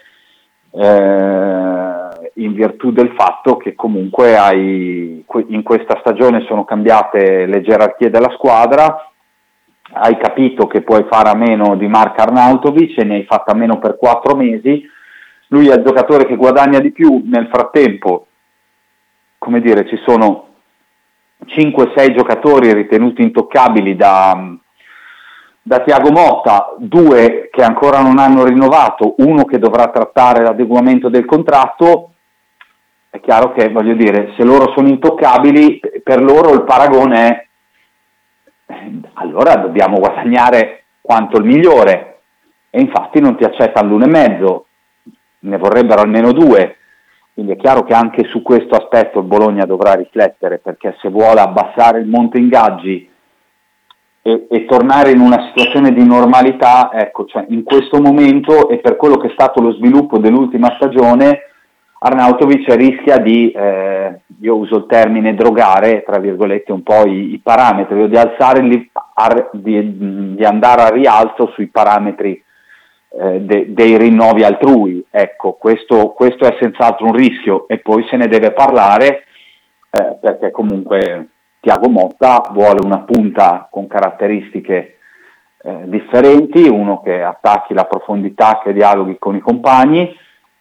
eh, in virtù del fatto che comunque hai, in questa stagione sono cambiate le gerarchie della squadra, hai capito che puoi fare a meno di Mark Arnautovic e ne hai fatta a meno per quattro mesi. Lui è il giocatore che guadagna di più. Nel frattempo, come dire, ci sono cinque sei giocatori ritenuti intoccabili da, da Thiago Motta, due che ancora non hanno rinnovato, uno che dovrà trattare l'adeguamento del contratto. È chiaro che, voglio dire, se loro sono intoccabili, per loro il paragone è allora dobbiamo guadagnare quanto il migliore, e infatti non ti accettano l'uno e mezzo, ne vorrebbero almeno due, quindi è chiaro che anche su questo aspetto il Bologna dovrà riflettere, perché se vuole abbassare il monte ingaggi e, e tornare in una situazione di normalità, ecco, cioè in questo momento e per quello che è stato lo sviluppo dell'ultima stagione, Arnautovic rischia di, eh, io uso il termine drogare, tra virgolette, un po' i, i parametri, o di alzare, di, di andare a rialzo sui parametri Eh, de, dei rinnovi altrui. Ecco, questo, questo è senz'altro un rischio, e poi se ne deve parlare, eh, perché comunque Thiago Motta vuole una punta con caratteristiche eh, differenti, uno che attacchi la profondità, che dialoghi con i compagni,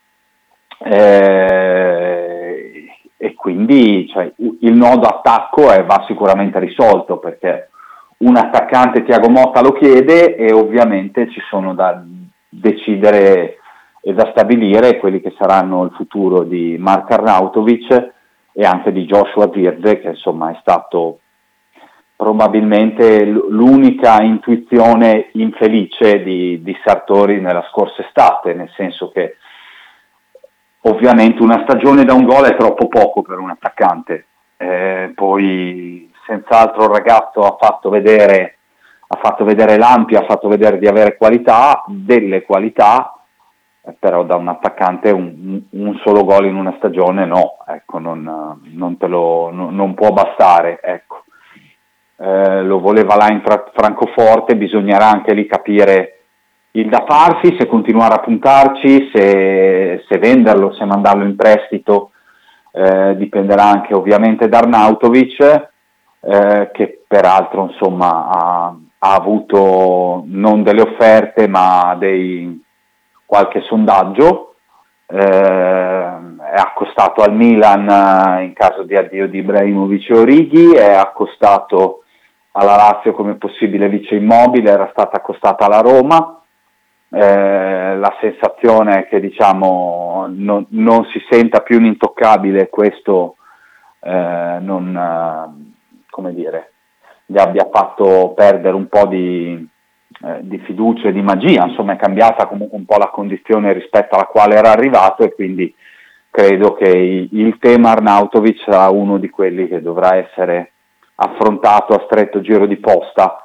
eh, e quindi cioè, il nodo attacco è, va sicuramente risolto, perché un attaccante Thiago Motta lo chiede, e ovviamente ci sono da decidere e da stabilire quelli che saranno il futuro di Mark Arnautovic e anche di Joshua Zirkzee, che insomma è stato probabilmente l'unica intuizione infelice di, di Sartori nella scorsa estate, nel senso che ovviamente una stagione da un gol è troppo poco per un attaccante, eh, poi senz'altro il ragazzo ha fatto vedere ha fatto vedere lampi, ha fatto vedere di avere qualità, delle qualità, eh, però da un attaccante un, un solo gol in una stagione no, ecco, non, non, te lo, no, non può bastare, ecco. Eh, lo voleva l'Eintracht Francoforte, bisognerà anche lì capire il da farsi, se continuare a puntarci, se, se venderlo, se mandarlo in prestito, eh, dipenderà anche ovviamente da Arnautovic, eh, che peraltro insomma ha ha avuto non delle offerte ma dei qualche sondaggio, eh, è accostato al Milan in caso di addio di Ibrahimovic e Origi, è accostato alla Lazio come possibile vice Immobile, era stata accostata alla Roma, eh, la sensazione è che diciamo non, non si senta più un intoccabile, questo eh, non, eh, come dire, gli abbia fatto perdere un po' di, eh, di fiducia e di magia, insomma è cambiata comunque un po' la condizione rispetto alla quale era arrivato, e quindi credo che il, il tema Arnautovic sarà uno di quelli che dovrà essere affrontato a stretto giro di posta,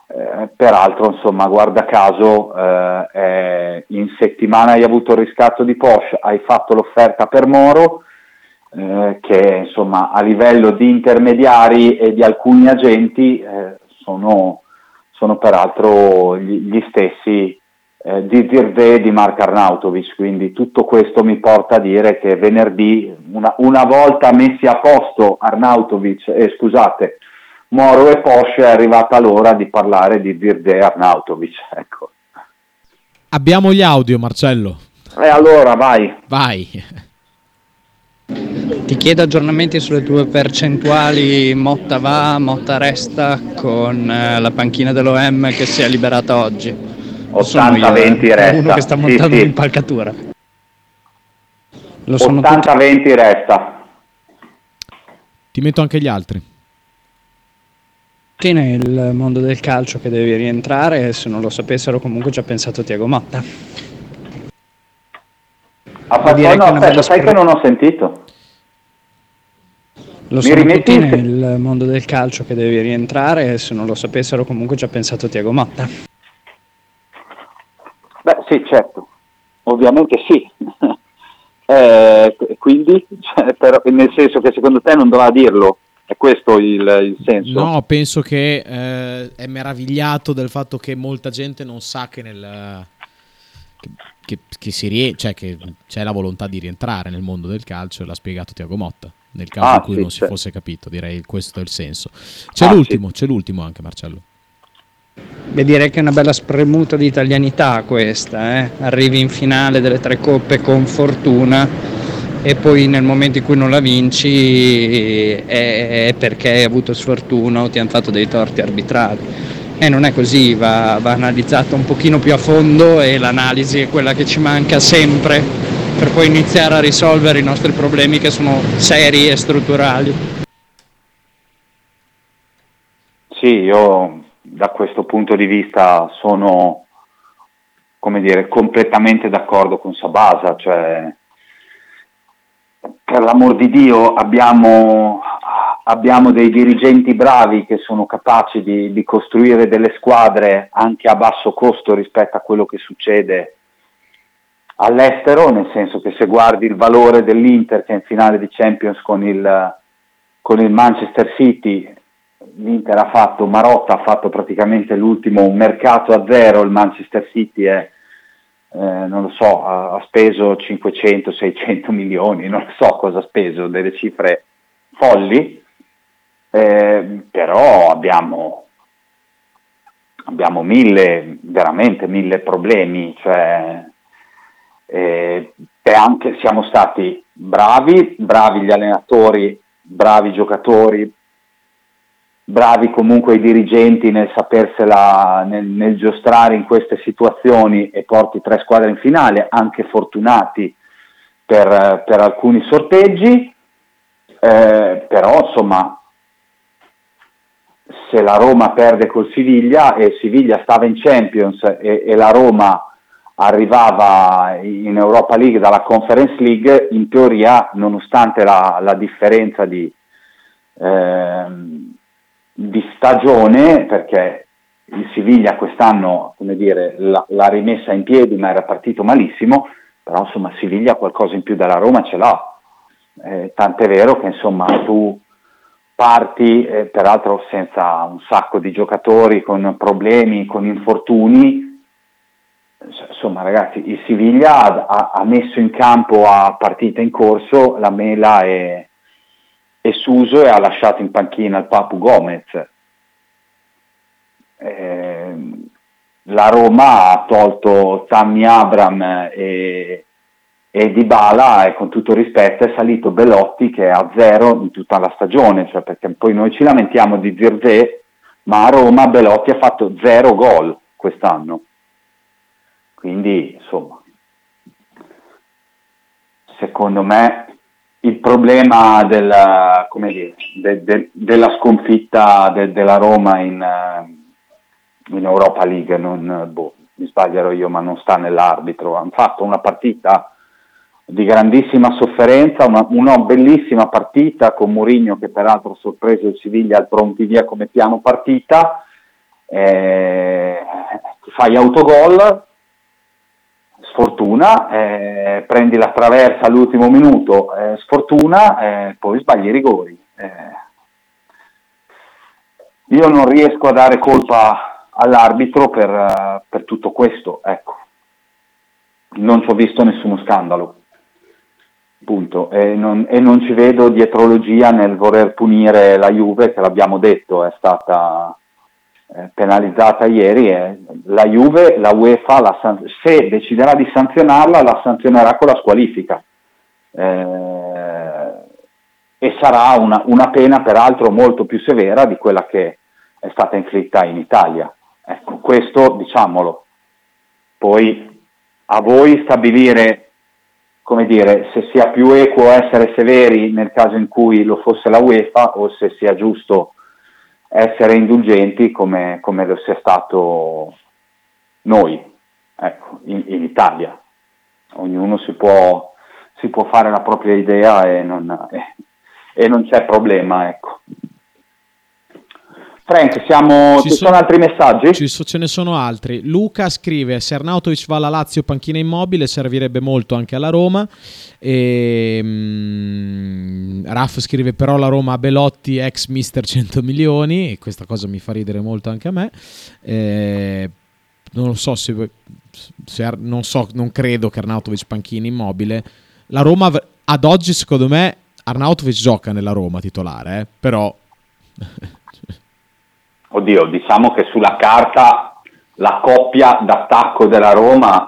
Eh, peraltro, insomma, guarda caso, eh, eh, in settimana hai avuto il riscatto di Porsche, hai fatto l'offerta per Moro, eh, che insomma a livello di intermediari e di alcuni agenti eh, sono, sono peraltro gli, gli stessi eh, di Zirve e di Mark Arnautovic, quindi tutto questo mi porta a dire che venerdì, una, una volta messi a posto Arnautovic, eh, scusate, Moro e Porsche, è arrivata l'ora di parlare di Zirve e Arnautovic, ecco. Abbiamo gli audio, Marcello. E allora vai. Vai. Ti chiedo aggiornamenti sulle tue percentuali Motta va, Motta resta con eh, la panchina dell'O M che si è liberata oggi. ottanta venti eh, resta. Uno che sta montando sì, sì. un'impalcatura. Lo sono ottanta venti resta. Ti metto anche gli altri. tutti nel mondo del calcio che devi rientrare, se non lo sapessero comunque ci ha pensato Thiago Motta. Ah, fa- direi no, che è una aspetta, bella sai spro- che non ho sentito. Lo Mi sono rimetti? tutti nel mondo del calcio che devi rientrare, se non lo sapessero comunque ci ha pensato Thiago Motta. Beh sì, certo, ovviamente sì. eh, quindi, cioè, però, nel senso che secondo te non doveva dirlo, è questo il, il senso? No, penso che eh, è meravigliato del fatto che molta gente non sa che nel che, che, che si rie- cioè che c'è la volontà di rientrare nel mondo del calcio, e l'ha spiegato Thiago Motta. Nel caso Ah, in cui sì, non si certo. fosse capito, direi questo è il senso. C'è Ah, l'ultimo, c'è l'ultimo anche, Marcello. Beh, direi che è una bella spremuta di italianità questa, eh? Arrivi in finale delle tre coppe con fortuna e poi nel momento in cui non la vinci è, è perché hai avuto sfortuna o ti hanno fatto dei torti arbitrali. E non è così, va, va analizzato un pochino più a fondo, e l'analisi è quella che ci manca sempre per poi iniziare a risolvere i nostri problemi che sono seri e strutturali. Sì, io da questo punto di vista sono, come dire, completamente d'accordo con Sabasa, cioè per l'amor di Dio abbiamo, abbiamo dei dirigenti bravi che sono capaci di, di costruire delle squadre anche a basso costo rispetto a quello che succede all'estero, nel senso che se guardi il valore dell'Inter che è in finale di Champions con il, con il Manchester City, l'Inter ha fatto, Marotta ha fatto praticamente l'ultimo un mercato a zero, il Manchester City è, eh, non lo so, ha, ha speso cinquecento seicento milioni, non so cosa ha speso, delle cifre folli, eh, però abbiamo, abbiamo mille, veramente mille problemi, cioè eh, e anche siamo stati bravi, bravi gli allenatori, bravi i giocatori, bravi comunque i dirigenti nel sapersela, nel, nel giostrare in queste situazioni e porti tre squadre in finale, anche fortunati per, per alcuni sorteggi, eh, però insomma se la Roma perde col Siviglia e Siviglia stava in Champions e, e la Roma arrivava in Europa League dalla Conference League, in teoria, nonostante la, la differenza di ehm, di stagione, perché il Siviglia quest'anno, come dire, l'ha, l'ha rimessa in piedi ma era partito malissimo, però insomma Siviglia qualcosa in più della Roma ce l'ha, eh, tant'è vero che insomma tu parti, eh, peraltro senza un sacco di giocatori, con problemi, con infortuni, insomma ragazzi, il Siviglia ha, ha messo in campo a partita in corso la Mela e e Suso e ha lasciato in panchina il Papu Gomez. Eh, la Roma ha tolto Tammy Abraham e, e Dybala, e con tutto il rispetto è salito Belotti che è a zero in tutta la stagione, cioè perché poi noi ci lamentiamo di Zirze, ma a Roma Belotti ha fatto zero gol quest'anno. Quindi insomma, secondo me il problema della, come dire, de, de, della sconfitta de, della Roma in, in Europa League, non, boh, mi sbaglierò io, ma non sta nell'arbitro. Hanno fatto una partita di grandissima sofferenza, una, una bellissima partita con Mourinho che peraltro ha sorpreso il Siviglia al pronti via come piano partita, eh, ti fai autogol, sfortuna, eh, prendi la traversa all'ultimo minuto, eh, sfortuna, eh, poi sbagli i rigori. Eh, io non riesco a dare colpa all'arbitro per, uh, per tutto questo, ecco. Non ci ho visto nessuno scandalo, punto. E non, e non ci vedo dietrologia nel voler punire la Juve, che l'abbiamo detto, è stata eh, penalizzata ieri. E la Juve, la UEFA, la san- se deciderà di sanzionarla, la sanzionerà con la squalifica. Eh, e sarà una, una pena peraltro molto più severa di quella che è stata inflitta in Italia. Ecco, questo diciamolo. Poi a voi stabilire, come dire, se sia più equo essere severi nel caso in cui lo fosse la UEFA o se sia giusto essere indulgenti come, come lo sia stato noi, ecco, in, in Italia. Ognuno si può, si può fare la propria idea e non, eh, e non c'è problema, ecco. Frank, siamo, ci, ci sono, sono altri messaggi? Ci so, ce ne sono altri. Luca scrive: se Arnautovic va alla Lazio panchina immobile servirebbe molto anche alla Roma. E, um, Raff scrive: però la Roma ha Belotti ex mister cento milioni, e questa cosa mi fa ridere molto anche a me. E, non lo so se, se non so, non credo che Arnautovic panchina immobile. La Roma ad oggi, secondo me, Arnautovic gioca nella Roma titolare, eh? Però oddio, diciamo che sulla carta la coppia d'attacco della Roma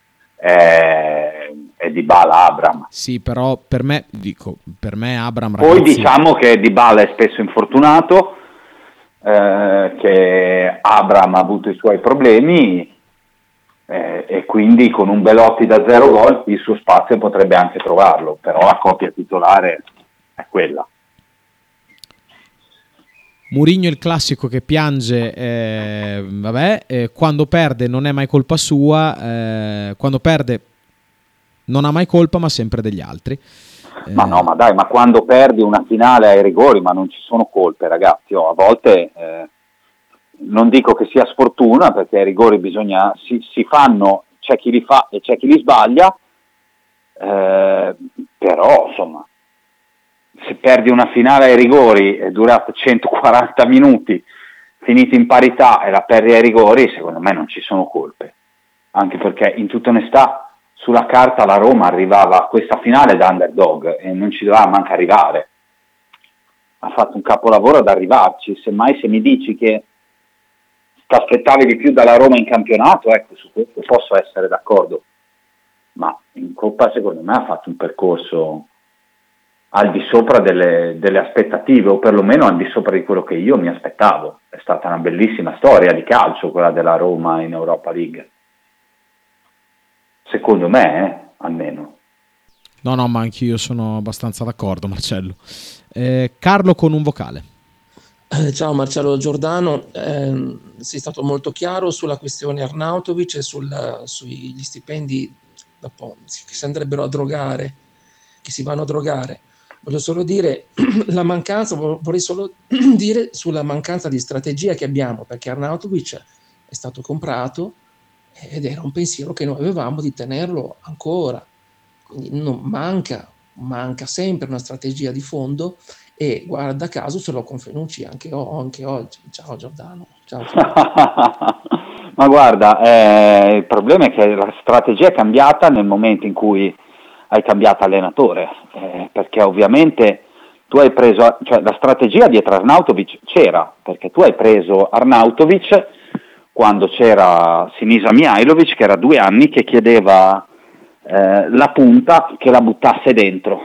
è, è Dybala Abraham. Sì, però per me, dico, per me Abraham, ragazzi, poi diciamo che Dybala è spesso infortunato, eh, che Abraham ha avuto i suoi problemi, eh, e quindi con un Belotti da zero gol il suo spazio potrebbe anche trovarlo, però la coppia titolare è quella. Mourinho è il classico che piange, eh, vabbè, eh, quando perde non è mai colpa sua, eh, quando perde non ha mai colpa ma sempre degli altri. Eh, ma no, ma dai, ma quando perdi una finale ai rigori, ma non ci sono colpe, ragazzi, oh, a volte eh, non dico che sia sfortuna, perché ai rigori bisogna, si, si fanno, c'è chi li fa e c'è chi li sbaglia, eh, però insomma, se perdi una finale ai rigori è durata centoquaranta minuti, finiti in parità e la perdi ai rigori, secondo me non ci sono colpe, anche perché in tutta onestà sulla carta la Roma arrivava a questa finale da underdog e non ci doveva manco arrivare, ha fatto un capolavoro ad arrivarci. Semmai se mi dici che ti aspettavi di più dalla Roma in campionato, ecco, su questo posso essere d'accordo, ma in Coppa secondo me ha fatto un percorso al di sopra delle, delle aspettative, o perlomeno al di sopra di quello che io mi aspettavo. È stata una bellissima storia di calcio quella della Roma in Europa League, secondo me, eh, almeno. No, no, ma anch'io sono abbastanza d'accordo, Marcello. Eh, Carlo con un vocale. Eh, ciao Marcello Giordano, eh, sei stato molto chiaro sulla questione Arnautovic e sul, sugli stipendi dopo, che si andrebbero a drogare, che si vanno a drogare. Voglio solo dire la mancanza, vorrei solo dire sulla mancanza di strategia che abbiamo, perché Arnautovic è stato comprato ed era un pensiero che noi avevamo di tenerlo ancora, quindi non manca, manca sempre una strategia di fondo, e guarda caso ce l'ho con Fenucci anche, anche oggi. Ciao Giordano. Ciao. Ma guarda, eh, il problema è che la strategia è cambiata nel momento in cui hai cambiato allenatore, eh, perché ovviamente tu hai preso, cioè la strategia dietro Arnautovic c'era, perché tu hai preso Arnautovic quando c'era Sinisa Mihajlovic, che era due anni che chiedeva eh, la punta che la buttasse dentro.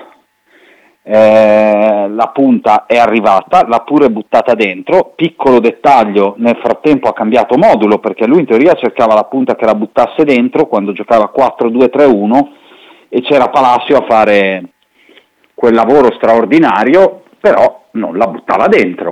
Eh, la punta è arrivata, l'ha pure buttata dentro. Piccolo dettaglio, nel frattempo ha cambiato modulo, perché lui in teoria cercava la punta che la buttasse dentro quando giocava quattro due tre uno, e c'era Palacio a fare quel lavoro straordinario, però non la buttava dentro.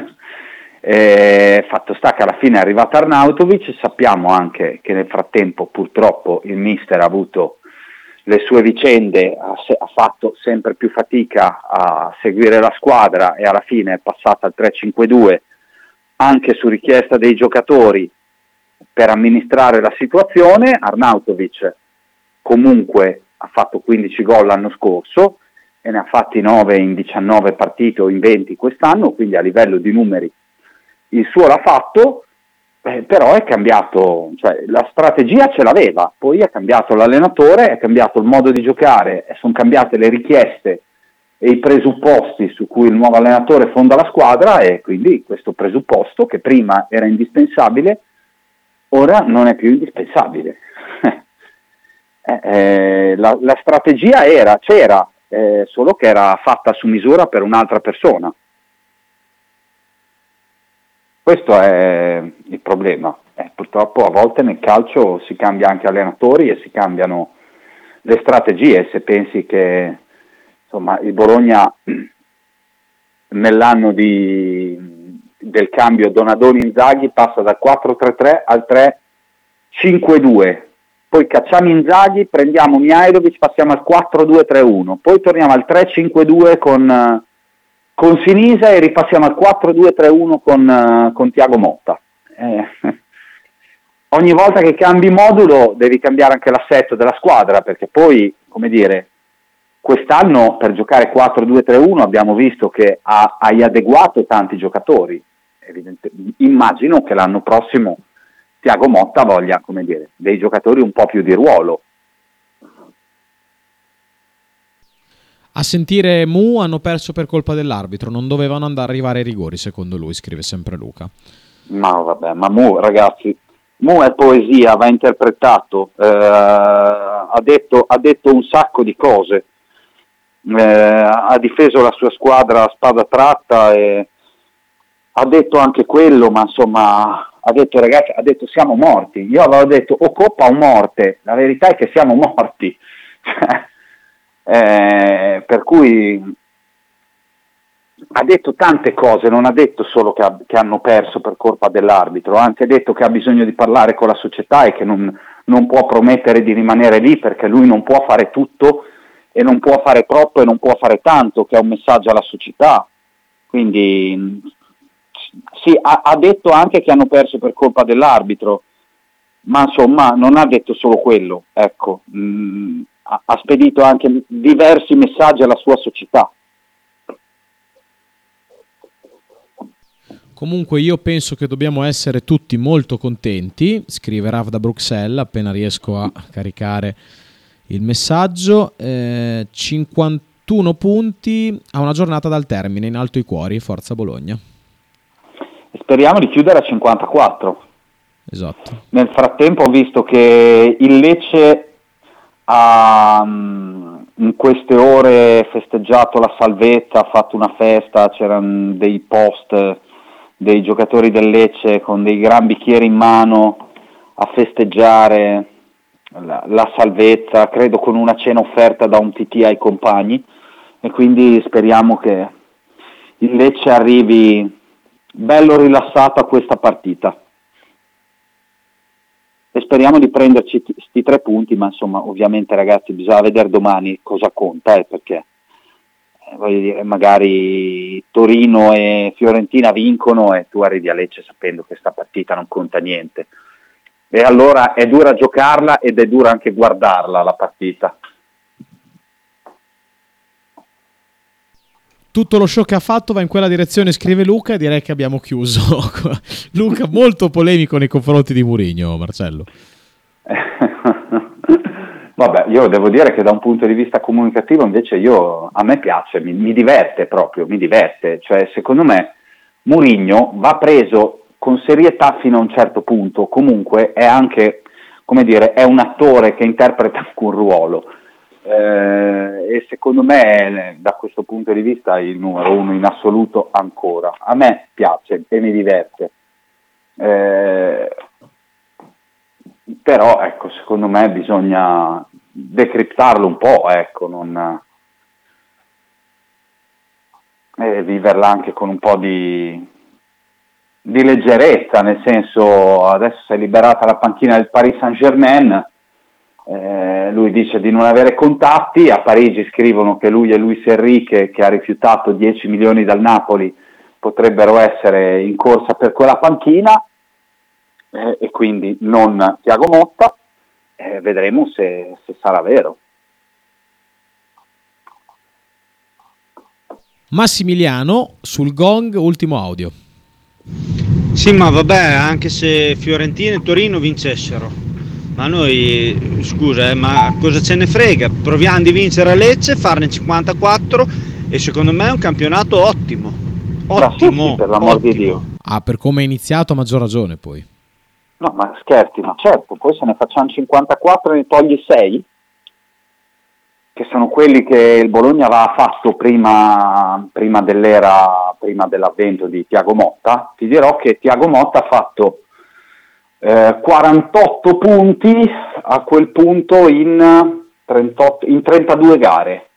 E fatto sta che alla fine è arrivato Arnautovic. Sappiamo anche che nel frattempo purtroppo il mister ha avuto le sue vicende, ha, se- ha fatto sempre più fatica a seguire la squadra e alla fine è passata al tre cinque due anche su richiesta dei giocatori per amministrare la situazione. Arnautovic comunque ha fatto quindici gol l'anno scorso e ne ha fatti nove in diciannove partite o in venti quest'anno, quindi a livello di numeri il suo l'ha fatto, eh, però è cambiato, cioè la strategia ce l'aveva, poi è cambiato l'allenatore, è cambiato il modo di giocare, sono cambiate le richieste e i presupposti su cui il nuovo allenatore fonda la squadra, e quindi questo presupposto che prima era indispensabile ora non è più indispensabile. eh, eh, la, la strategia era, c'era, eh, solo che era fatta su misura per un'altra persona. Questo è il problema. Eh, purtroppo a volte nel calcio si cambia anche allenatori e si cambiano le strategie. Se pensi che insomma il Bologna nell'anno di, del cambio Donadoni-Inzaghi passa da quattro tre tre al tre cinque due, poi cacciamo Inzaghi, prendiamo Mihajlovic, passiamo al quattro due tre uno, poi torniamo al tre cinque due con, con Sinisa e ripassiamo al quattro due tre uno con, con Thiago Motta. Eh, ogni volta che cambi modulo devi cambiare anche l'assetto della squadra, perché poi, come dire, quest'anno per giocare quattro due tre uno abbiamo visto che ha, hai adeguato tanti giocatori. Evidente, immagino che l'anno prossimo Thiago Motta voglia, come dire, dei giocatori un po' più di ruolo. A sentire Mu hanno perso per colpa dell'arbitro, non dovevano andare arrivare ai rigori secondo lui, scrive sempre Luca. Ma vabbè, ma Mu, ragazzi, Mu è poesia, va interpretato, eh, ha detto, ha detto un sacco di cose, eh, ha difeso la sua squadra a spada tratta e ha detto anche quello, ma insomma ha detto, ragazzi, ha detto siamo morti. Io avevo detto o coppa o morte, la verità è che siamo morti. eh, per cui ha detto tante cose, non ha detto solo che, ha, che hanno perso per colpa dell'arbitro, anzi ha detto che ha bisogno di parlare con la società e che non, non può promettere di rimanere lì perché lui non può fare tutto e non può fare troppo e non può fare tanto, che è un messaggio alla società. Quindi sì, ha, ha detto anche che hanno perso per colpa dell'arbitro, ma insomma non ha detto solo quello, ecco, mm, ha, ha spedito anche diversi messaggi alla sua società. Comunque io penso che dobbiamo essere tutti molto contenti, scrive Rav da Bruxelles, appena riesco a caricare il messaggio. eh, cinquantuno punti a una giornata dal termine, in alto i cuori, forza Bologna. Speriamo di chiudere a cinquantaquattro. Esatto. Nel frattempo ho visto che il Lecce ha in queste ore festeggiato la salvezza, ha fatto una festa, c'erano dei post dei giocatori del Lecce con dei gran bicchieri in mano a festeggiare la, la salvezza, credo con una cena offerta da un T T ai compagni, e quindi speriamo che il Lecce arrivi bello rilassato a questa partita e speriamo di prenderci questi tre punti, ma insomma ovviamente ragazzi bisogna vedere domani cosa conta, eh, perché eh, voglio dire, magari Torino e Fiorentina vincono e tu arrivi a Lecce sapendo che sta partita non conta niente, e allora è dura giocarla ed è dura anche guardarla la partita. Tutto lo show che ha fatto va in quella direzione, scrive Luca, e direi che abbiamo chiuso. Luca molto polemico nei confronti di Mourinho, Marcello. Vabbè, io devo dire che da un punto di vista comunicativo invece io, a me piace, mi, mi diverte proprio, mi diverte. Cioè secondo me Mourinho va preso con serietà fino a un certo punto, comunque è anche, come dire, è un attore che interpreta anche un ruolo. Eh, e secondo me da questo punto di vista è il numero uno in assoluto ancora. A me piace e mi diverte, eh, però ecco, secondo me bisogna decriptarlo un po', ecco, non, e viverla anche con un po' di, di leggerezza, nel senso, adesso si è liberata la panchina del Paris Saint-Germain. Eh, lui dice di non avere contatti, a Parigi scrivono che lui e Luis Enrique, che ha rifiutato dieci milioni dal Napoli, potrebbero essere in corsa per quella panchina, eh, e quindi non Thiago Motta, eh, vedremo se, se sarà vero. Massimiliano sul gong, ultimo audio. Sì, ma vabbè, anche se Fiorentina e Torino vincessero, ma noi, scusa, eh, ma cosa ce ne frega? Proviamo di vincere a Lecce, farne cinquantaquattro, e secondo me è un campionato ottimo. Ottimo, sì, per l'amor di Dio. Ah, per come è iniziato a maggior ragione poi. No, ma scherzi, ma certo, poi se ne facciamo cinquantaquattro e ne togli sei, che sono quelli che il Bologna aveva fatto prima, prima dell'era, prima dell'avvento di Thiago Motta. Ti dirò che Thiago Motta ha fatto eh, quarantotto punti a quel punto in, trentotto, in trentadue gare.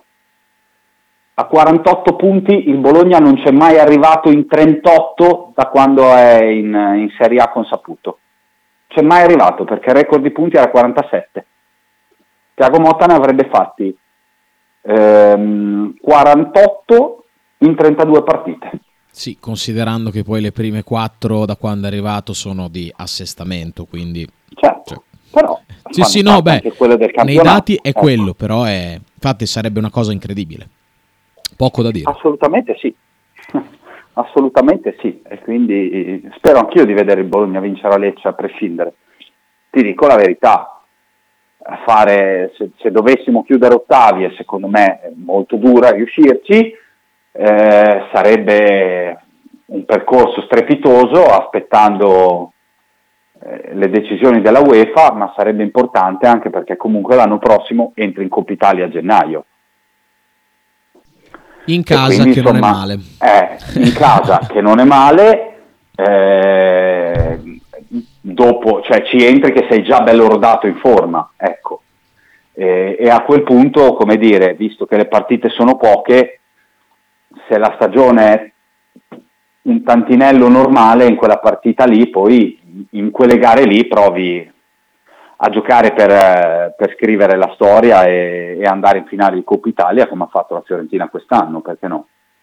A quarantotto punti il Bologna non c'è mai arrivato in trentotto da quando è in, in Serie A con Saputo. C'è mai arrivato, perché il record di punti era quarantasette. Thiago Motta ne avrebbe fatti ehm, quarantotto in trentadue partite. Sì, considerando che poi le prime quattro da quando è arrivato sono di assestamento, quindi... Certo, cioè... però... Sì, sì, no, beh, nei dati è ecco. quello, però è... infatti sarebbe una cosa incredibile. Poco da dire. Assolutamente sì, assolutamente sì, e quindi spero anch'io di vedere il Bologna vincere a Lecce a prescindere. Ti dico la verità, a fare, se, se dovessimo chiudere ottavi, e secondo me è molto dura riuscirci, eh, sarebbe un percorso strepitoso aspettando eh, le decisioni della UEFA, ma sarebbe importante anche perché comunque l'anno prossimo entri in Coppa Italia a gennaio. In casa quindi, che insomma, non è male. Eh, in casa che non è male, eh, dopo, cioè ci entri che sei già bello rodato in forma, ecco. E, e a quel punto, come dire, visto che le partite sono poche, se la stagione è un tantinello normale, in quella partita lì, poi in quelle gare lì provi a giocare per, per scrivere la storia e, e andare in finale di Coppa Italia come ha fatto la Fiorentina quest'anno, perché no?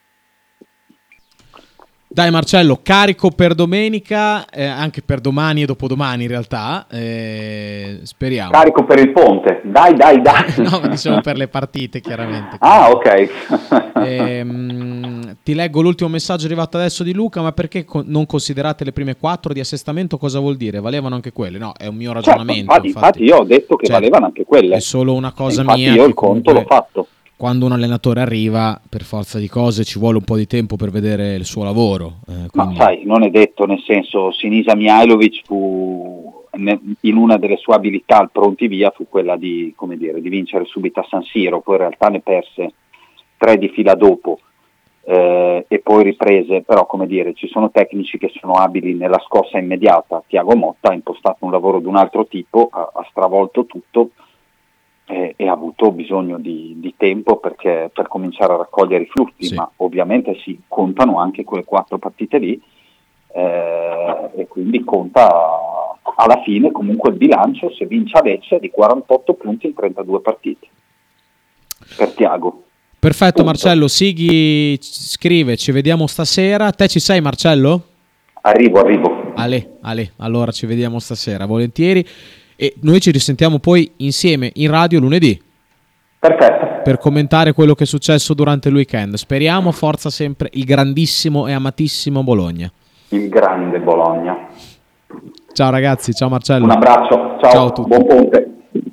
Dai Marcello, carico per domenica, eh, anche per domani e dopodomani in realtà, eh, speriamo. Carico per il ponte, dai dai dai. No, diciamo per le partite chiaramente. Ah, ok. eh, ti leggo l'ultimo messaggio arrivato adesso di Luca, ma perché co- non considerate le prime quattro di assestamento? Cosa vuol dire? Valevano anche quelle? No, è un mio ragionamento. Certo, infatti, infatti io ho detto che cioè, valevano anche quelle. È solo una cosa infatti mia. Io il conto l'ho fatto. Quando un allenatore arriva, per forza di cose, ci vuole un po' di tempo per vedere il suo lavoro. Eh, quindi... Ma sai, non è detto, nel senso, Sinisa Mihajlovic fu, in una delle sue abilità al pronti via, fu quella di, come dire, di vincere subito a San Siro, poi in realtà ne perse tre di fila dopo, eh, e poi riprese, però come dire, ci sono tecnici che sono abili nella scossa immediata. Thiago Motta ha impostato un lavoro di un altro tipo, ha, ha stravolto tutto, E, e ha avuto bisogno di, di tempo perché, per cominciare a raccogliere i frutti, sì. Ma ovviamente sì, contano anche quelle quattro partite lì, eh, e quindi conta alla fine comunque il bilancio, se vince a Lecce, di quarantotto punti in trentadue partite per Thiago. Perfetto. Punto. Marcello, Sighi scrive: ci vediamo stasera. Te ci sei, Marcello? Arrivo, arrivo. Ale, ale, allora ci vediamo stasera, volentieri. E noi ci risentiamo poi insieme in radio lunedì. Perfetto. Per commentare quello che è successo durante il weekend. Speriamo, forza sempre il grandissimo e amatissimo Bologna. Il grande Bologna. Ciao ragazzi, ciao Marcello. Un abbraccio, ciao, ciao a tutti. Buon ponte.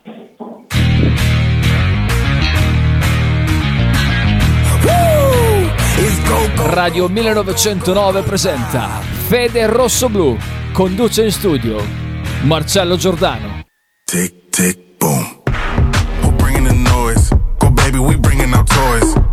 Radio millenovecentonove presenta Fede Rosso Blu. Conduce in studio Marcello Giordano. Tic tic